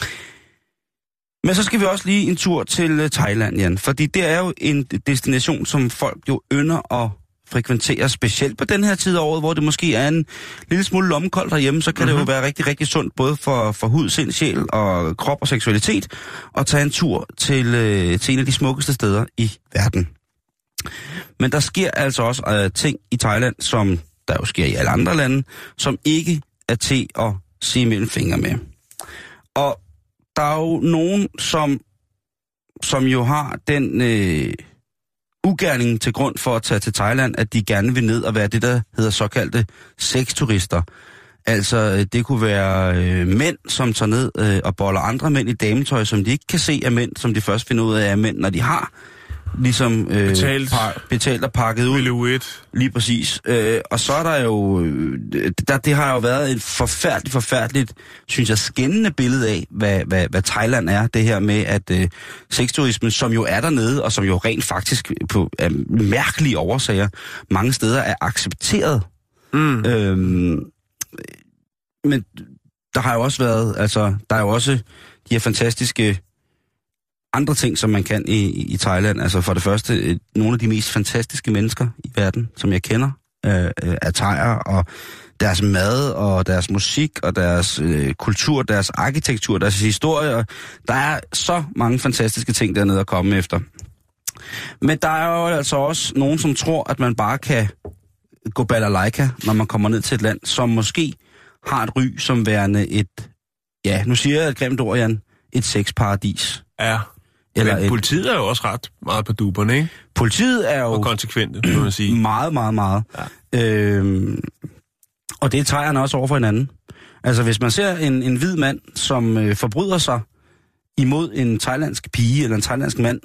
Men så skal vi også lige en tur til Thailand, Jan. Fordi det er jo en destination, som folk jo ynder at frekventere, specielt på den her tid af året, hvor det måske er en lille smule lommekoldt derhjemme, så kan mm-hmm. det jo være rigtig, rigtig sundt, både for, for hud, sind, sjæl og krop og seksualitet, at tage en tur til, øh, til en af de smukkeste steder i verden. Men der sker altså også øh, ting i Thailand, som der jo sker i alle andre lande, som ikke er til at se mellem fingre med. Og der er jo nogen, som, som jo har den øh, ugerning til grund for at tage til Thailand, at de gerne vil ned og være det, der hedder såkaldte sexturister. Altså, det kunne være øh, mænd, som tager ned øh, og boller andre mænd i dametøj, som de ikke kan se er mænd, som de først finder ud af er mænd, når de har ligesom øh, betalt. Par, betalt og pakket ud. Lige præcis. Øh, og så er der jo, der, det har jo været et forfærdeligt, forfærdeligt, synes jeg, skændende billede af, hvad, hvad, hvad Thailand er. Det her med, at øh, sexturismen, som jo er dernede, og som jo rent faktisk på øh, mærkelige årsager, mange steder er accepteret. Mm. Øhm, men der har jo også været, altså, der er jo også de her fantastiske andre ting, som man kan i, i Thailand. Altså for det første, nogle af de mest fantastiske mennesker i verden, som jeg kender, øh, er thaier, og deres mad, og deres musik, og deres øh, kultur, deres arkitektur, deres historie. Der er så mange fantastiske ting dernede at komme efter. Men der er jo altså også nogen, som tror, at man bare kan gå balalaika, når man kommer ned til et land, som måske har et ry som værende et, ja, nu siger jeg et grimt ord, Jan, et sexparadis. Ja. Eller men politiet er jo også ret meget på duberne, ikke? Politiet er jo og konsekvente, må man sige. Meget, meget, meget. Ja. Øhm, og det tager han også over for hinanden. Altså, hvis man ser en, en hvid mand, som øh, forbryder sig imod en thailandsk pige eller en thailandsk mand,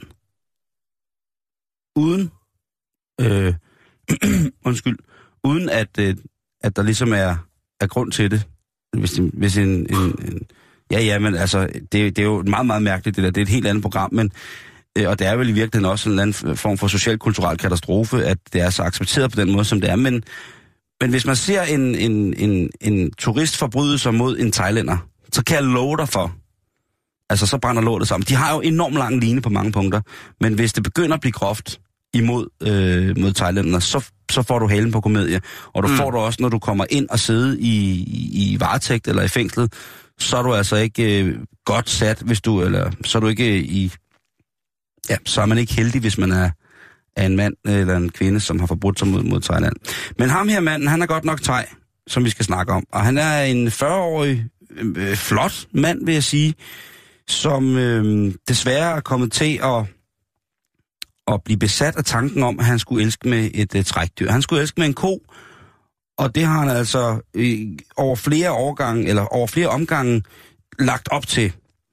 uden, øh, undskyld, uden at, øh, at der ligesom er, er grund til det. Hvis, hvis en... en, en Ja, ja, men altså, det, det er jo meget, meget mærkeligt, det der. Det er et helt andet program, men, øh, og det er vel i virkeligheden også en eller anden form for social-kulturel katastrofe, at det er så accepteret på den måde, som det er. Men, men hvis man ser en, en, en, en turist forbryde sig mod en thailænder, så kan jeg love dig for, altså så brænder lortet sammen. De har jo enormt lang line på mange punkter, men hvis det begynder at blive groft imod øh, mod thailænderne, så, så får du halen på komedie. Og du mm. får du også, når du kommer ind og sidder i, i, i varetægt eller i fængslet, så er du altså ikke øh, godt sat, hvis du, eller så er du ikke i, ja, så er man ikke heldig, hvis man er, er en mand eller en kvinde, som har forbrudt sig mod, mod Thailand. Men ham her manden, han er godt nok thai, som vi skal snakke om, og han er en fyrre-årig, øh, flot mand, vil jeg sige, som øh, desværre er kommet til at, at blive besat af tanken om, at han skulle elske med et øh, trækdyr. Han skulle elske med en ko, og det har han altså øh, over flere årgange, eller over flere omgange, lagt op til.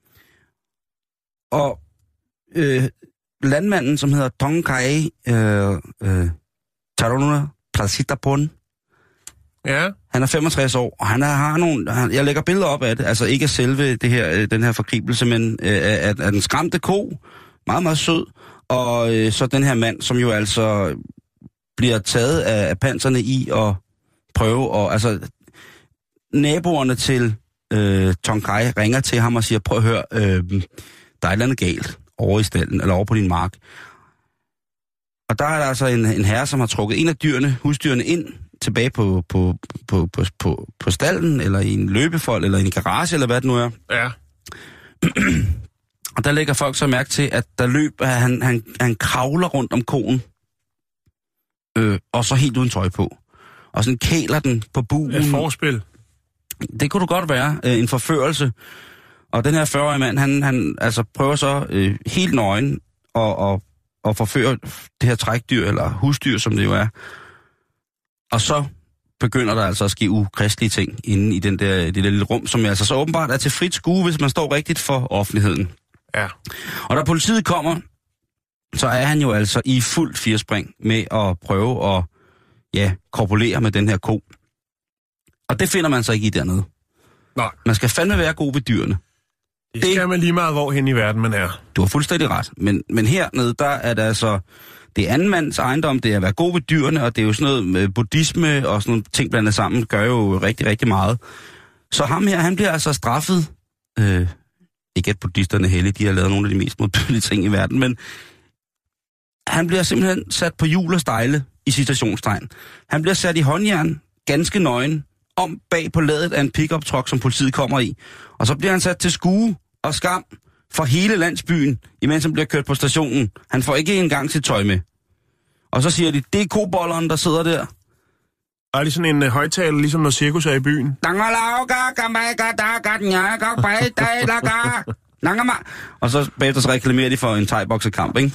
Og øh, landmanden, som hedder Tongkai øh, øh, Taruna Prasitapon, ja. Han er femogtres år, og han har nogle, han, jeg lægger billeder op af det, altså ikke af selve det her, den her forgribelse, men øh, af, af den skræmte ko, meget, meget sød, og øh, så den her mand, som jo altså bliver taget af, af panserne i at prøve, og altså naboerne til øh, Tongkai ringer til ham og siger, prøv at høre, øh, der er et eller andet galt over i stallen, eller over på din mark. Og der er der altså en, en herre, som har trukket en af dyrene, husdyrene ind, tilbage på, på, på, på, på, på stallen, eller i en løbefold, eller i en garage, eller hvad det nu er. Ja. Og der lægger folk så mærke til, at der løber, han, han, han kravler rundt om koen, øh, og så helt uden tøj på. Og sådan kæler den på buen. Et forspil. Det kunne du godt være, øh, en forførelse. Og den her fyrre-årige mand, han, han altså prøver så øh, helt nøgen og, og, og forføre det her trækdyr, eller husdyr, som det jo er. Og så begynder der altså at ske ukristelige ting inde i den der, det der lille rum, som altså så åbenbart er til frit skue, hvis man står rigtigt for offentligheden. Ja. Og da politiet kommer, så er han jo altså i fuld firspring med at prøve at, ja, korpulere med den her ko. Og det finder man så ikke i dernede. Nej. Man skal fandme være god ved dyrene. Det skal det, man lige meget, hvorhen i verden man er. Du har fuldstændig ret. Men, men hernede, der er det altså, det er anden mands ejendom, det er at være god ved dyrene, og det er jo sådan noget med buddhisme og sådan nogle ting blandet sammen, gør jo rigtig, rigtig meget. Så ham her, han bliver altså straffet. Øh, ikke at buddhisterne heldige, de har lavet nogle af de mest modbydelige ting i verden, men han bliver simpelthen sat på hjul og stejle i citationstegn. Han bliver sat i håndjern, ganske nøgen, om bag på ladet af en pickup truck, som politiet kommer i. Og så bliver han sat til skue og skam for hele landsbyen, imens han bliver kørt på stationen. Han får ikke engang sit tøj med. Og så siger de, det er kobolleren, der sidder der. Og er det sådan en uh, højtaler, ligesom når cirkus er i byen? Og så bagefter så reklamerer de for en thai-boksekamp, ikke?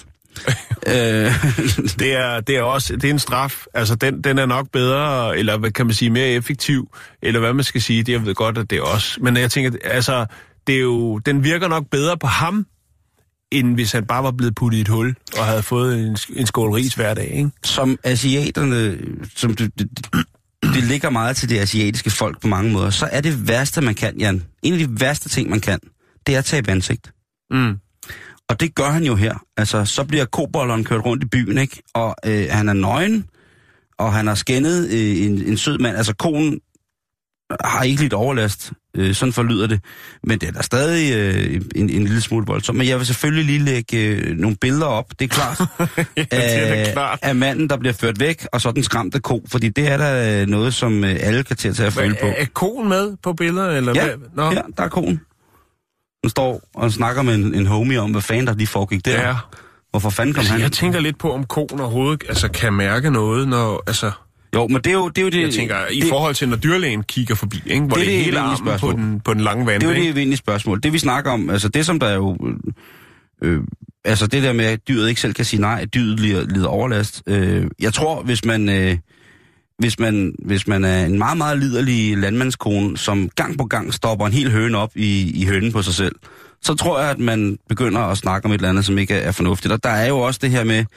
det, er, det er også det er en straf. Altså, den, den er nok bedre, eller hvad kan man sige, mere effektiv, eller hvad man skal sige. Det jeg ved godt, at det er også. Men jeg tænker, altså, det er jo, den virker nok bedre på ham, end hvis han bare var blevet puttet i et hul, og havde fået en, en skål ris hver dag, ikke? Som asiaterne, som det, det, det ligger meget til det asiatiske folk på mange måder, så er det værste, man kan, Jan, en af de værste ting, man kan, det er at tabe ansigt. Mm. Og det gør han jo her. Altså, så bliver kobolleren kørt rundt i byen, ikke? Og øh, han er nøgen, og han har skændet øh, en, en sød mand. Altså, konen har ikke lidt overlast. Øh, sådan forlyder det. Men det er der stadig øh, en, en lille smule voldsomt. Men jeg vil selvfølgelig lige lægge øh, nogle billeder op, det er klart. ja, det er klart. Af manden, der bliver ført væk, og så den skræmte ko. Fordi det er der øh, noget, som øh, alle kan til at tage at føle på. Er, er koen med på billeder? Eller ja, hvad? Nå. ja, der er koen. Han står og snakker med en, en homie om, hvad fanden der lige foregik der. Ja. Hvorfor fanden kom altså, han? Jeg tænker lidt på, om koen overhovedet altså, kan mærke noget, når... Altså, jo, men det er jo det... Er jo det jeg tænker, det, i forhold til, når dyrlægen kigger forbi, ikke? Hvor det, det er hele armen på den, på den lange vand. Det er jo det evindelige spørgsmål. Det vi snakker om, altså det som der er jo... Øh, altså det der med, at dyret ikke selv kan sige nej, at dyret lider, lider overlast. Øh, jeg tror, hvis man... Øh, Hvis man, hvis man er en meget, meget liderlig landmandskone, som gang på gang stopper en hel høne op i, i hønen på sig selv, så tror jeg, at man begynder at snakke om et eller andet, som ikke er fornuftigt. Og der er jo også det her med,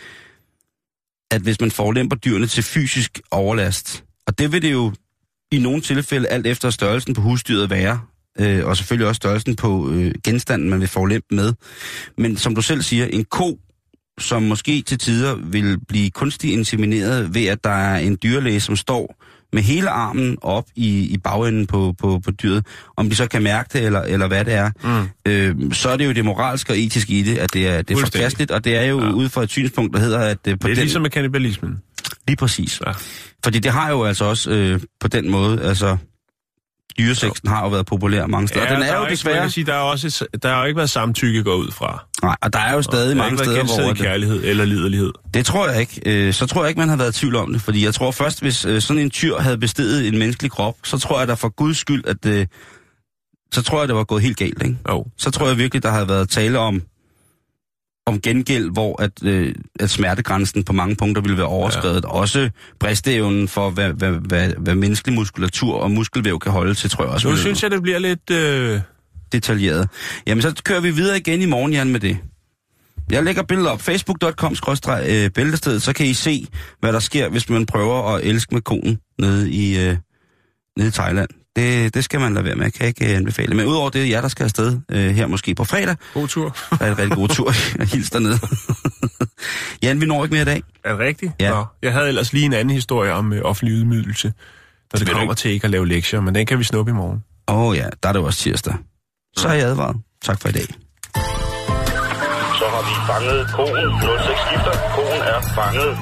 at hvis man forulemper dyrene til fysisk overlast, og det vil det jo i nogle tilfælde alt efter størrelsen på husdyret være, øh, og selvfølgelig også størrelsen på øh, genstanden, man vil forulempe med. Men som du selv siger, en ko, som måske til tider vil blive kunstigt insemineret ved, at der er en dyrlæge, som står med hele armen op i, i bagenden på, på, på dyret. Om de så kan mærke det, eller, eller hvad det er, mm. øh, så er det jo det moralske og etiske i det, at det er, det er forkasteligt, og det er jo ja. ud fra et synspunkt, der hedder, at... Øh, på det er den, ligesom med kannibalismen. Lige præcis. Ja. Fordi det har jo altså også øh, på den måde, altså... Dyresexen har jo været populær mange steder. Ja, den er jo ikke, desværre... Sige, der, er også, der har jo ikke været samtykke går ud fra. Nej, og der er jo stadig mange steder, hvor... Der kærlighed eller liderlighed. Det tror jeg ikke. Så tror jeg ikke, man har været i tvivl om det. Fordi jeg tror først, hvis sådan en tyr havde besteget en menneskelig krop, så tror jeg, der for guds skyld, at... Så tror jeg, det var gået helt galt, ikke? Jo. Så tror jeg virkelig, der havde været tale om... om gengæld, hvor at, øh, at smertegrænsen på mange punkter ville være overskredet. Ja. Også bristeevnen for, hvad, hvad, hvad, hvad menneskelig muskulatur og muskelvæv kan holde til, tror jeg også. Nu synes jeg, det bliver lidt... Øh... detaljeret. Jamen, så kører vi videre igen i morgen, Jan, med det. Jeg lægger billeder op. facebook punktum com skråstreg bæltestedet, så kan I se, hvad der sker, hvis man prøver at elske med konen nede i, øh, nede i Thailand. Det, det skal man lade være med, jeg kan ikke anbefale. Men udover det, jeg der skal afsted øh, her måske på fredag. God tur. Der er en rigtig god tur. Jeg hilser dernede. Jan, vi når ikke mere i dag. Er det rigtigt? Ja. Nå, jeg havde ellers lige en anden historie om øh, offentlig ydmygelse, når det, det kommer til ikke at lave lektier, men den kan vi snuppe i morgen. Åh oh, ja, der er det også tirsdag. Så er jeg advaret. Tak for i dag. Så har vi fanget koen. nul seks skifter. Koen er fanget.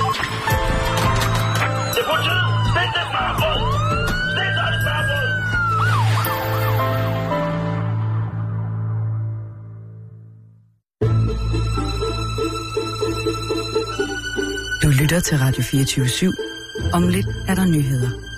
Det er politiet! Stil det smørbrød! Stil dig det smørbrød! Du lytter til Radio fireogtyve syv. Om lidt er der nyheder.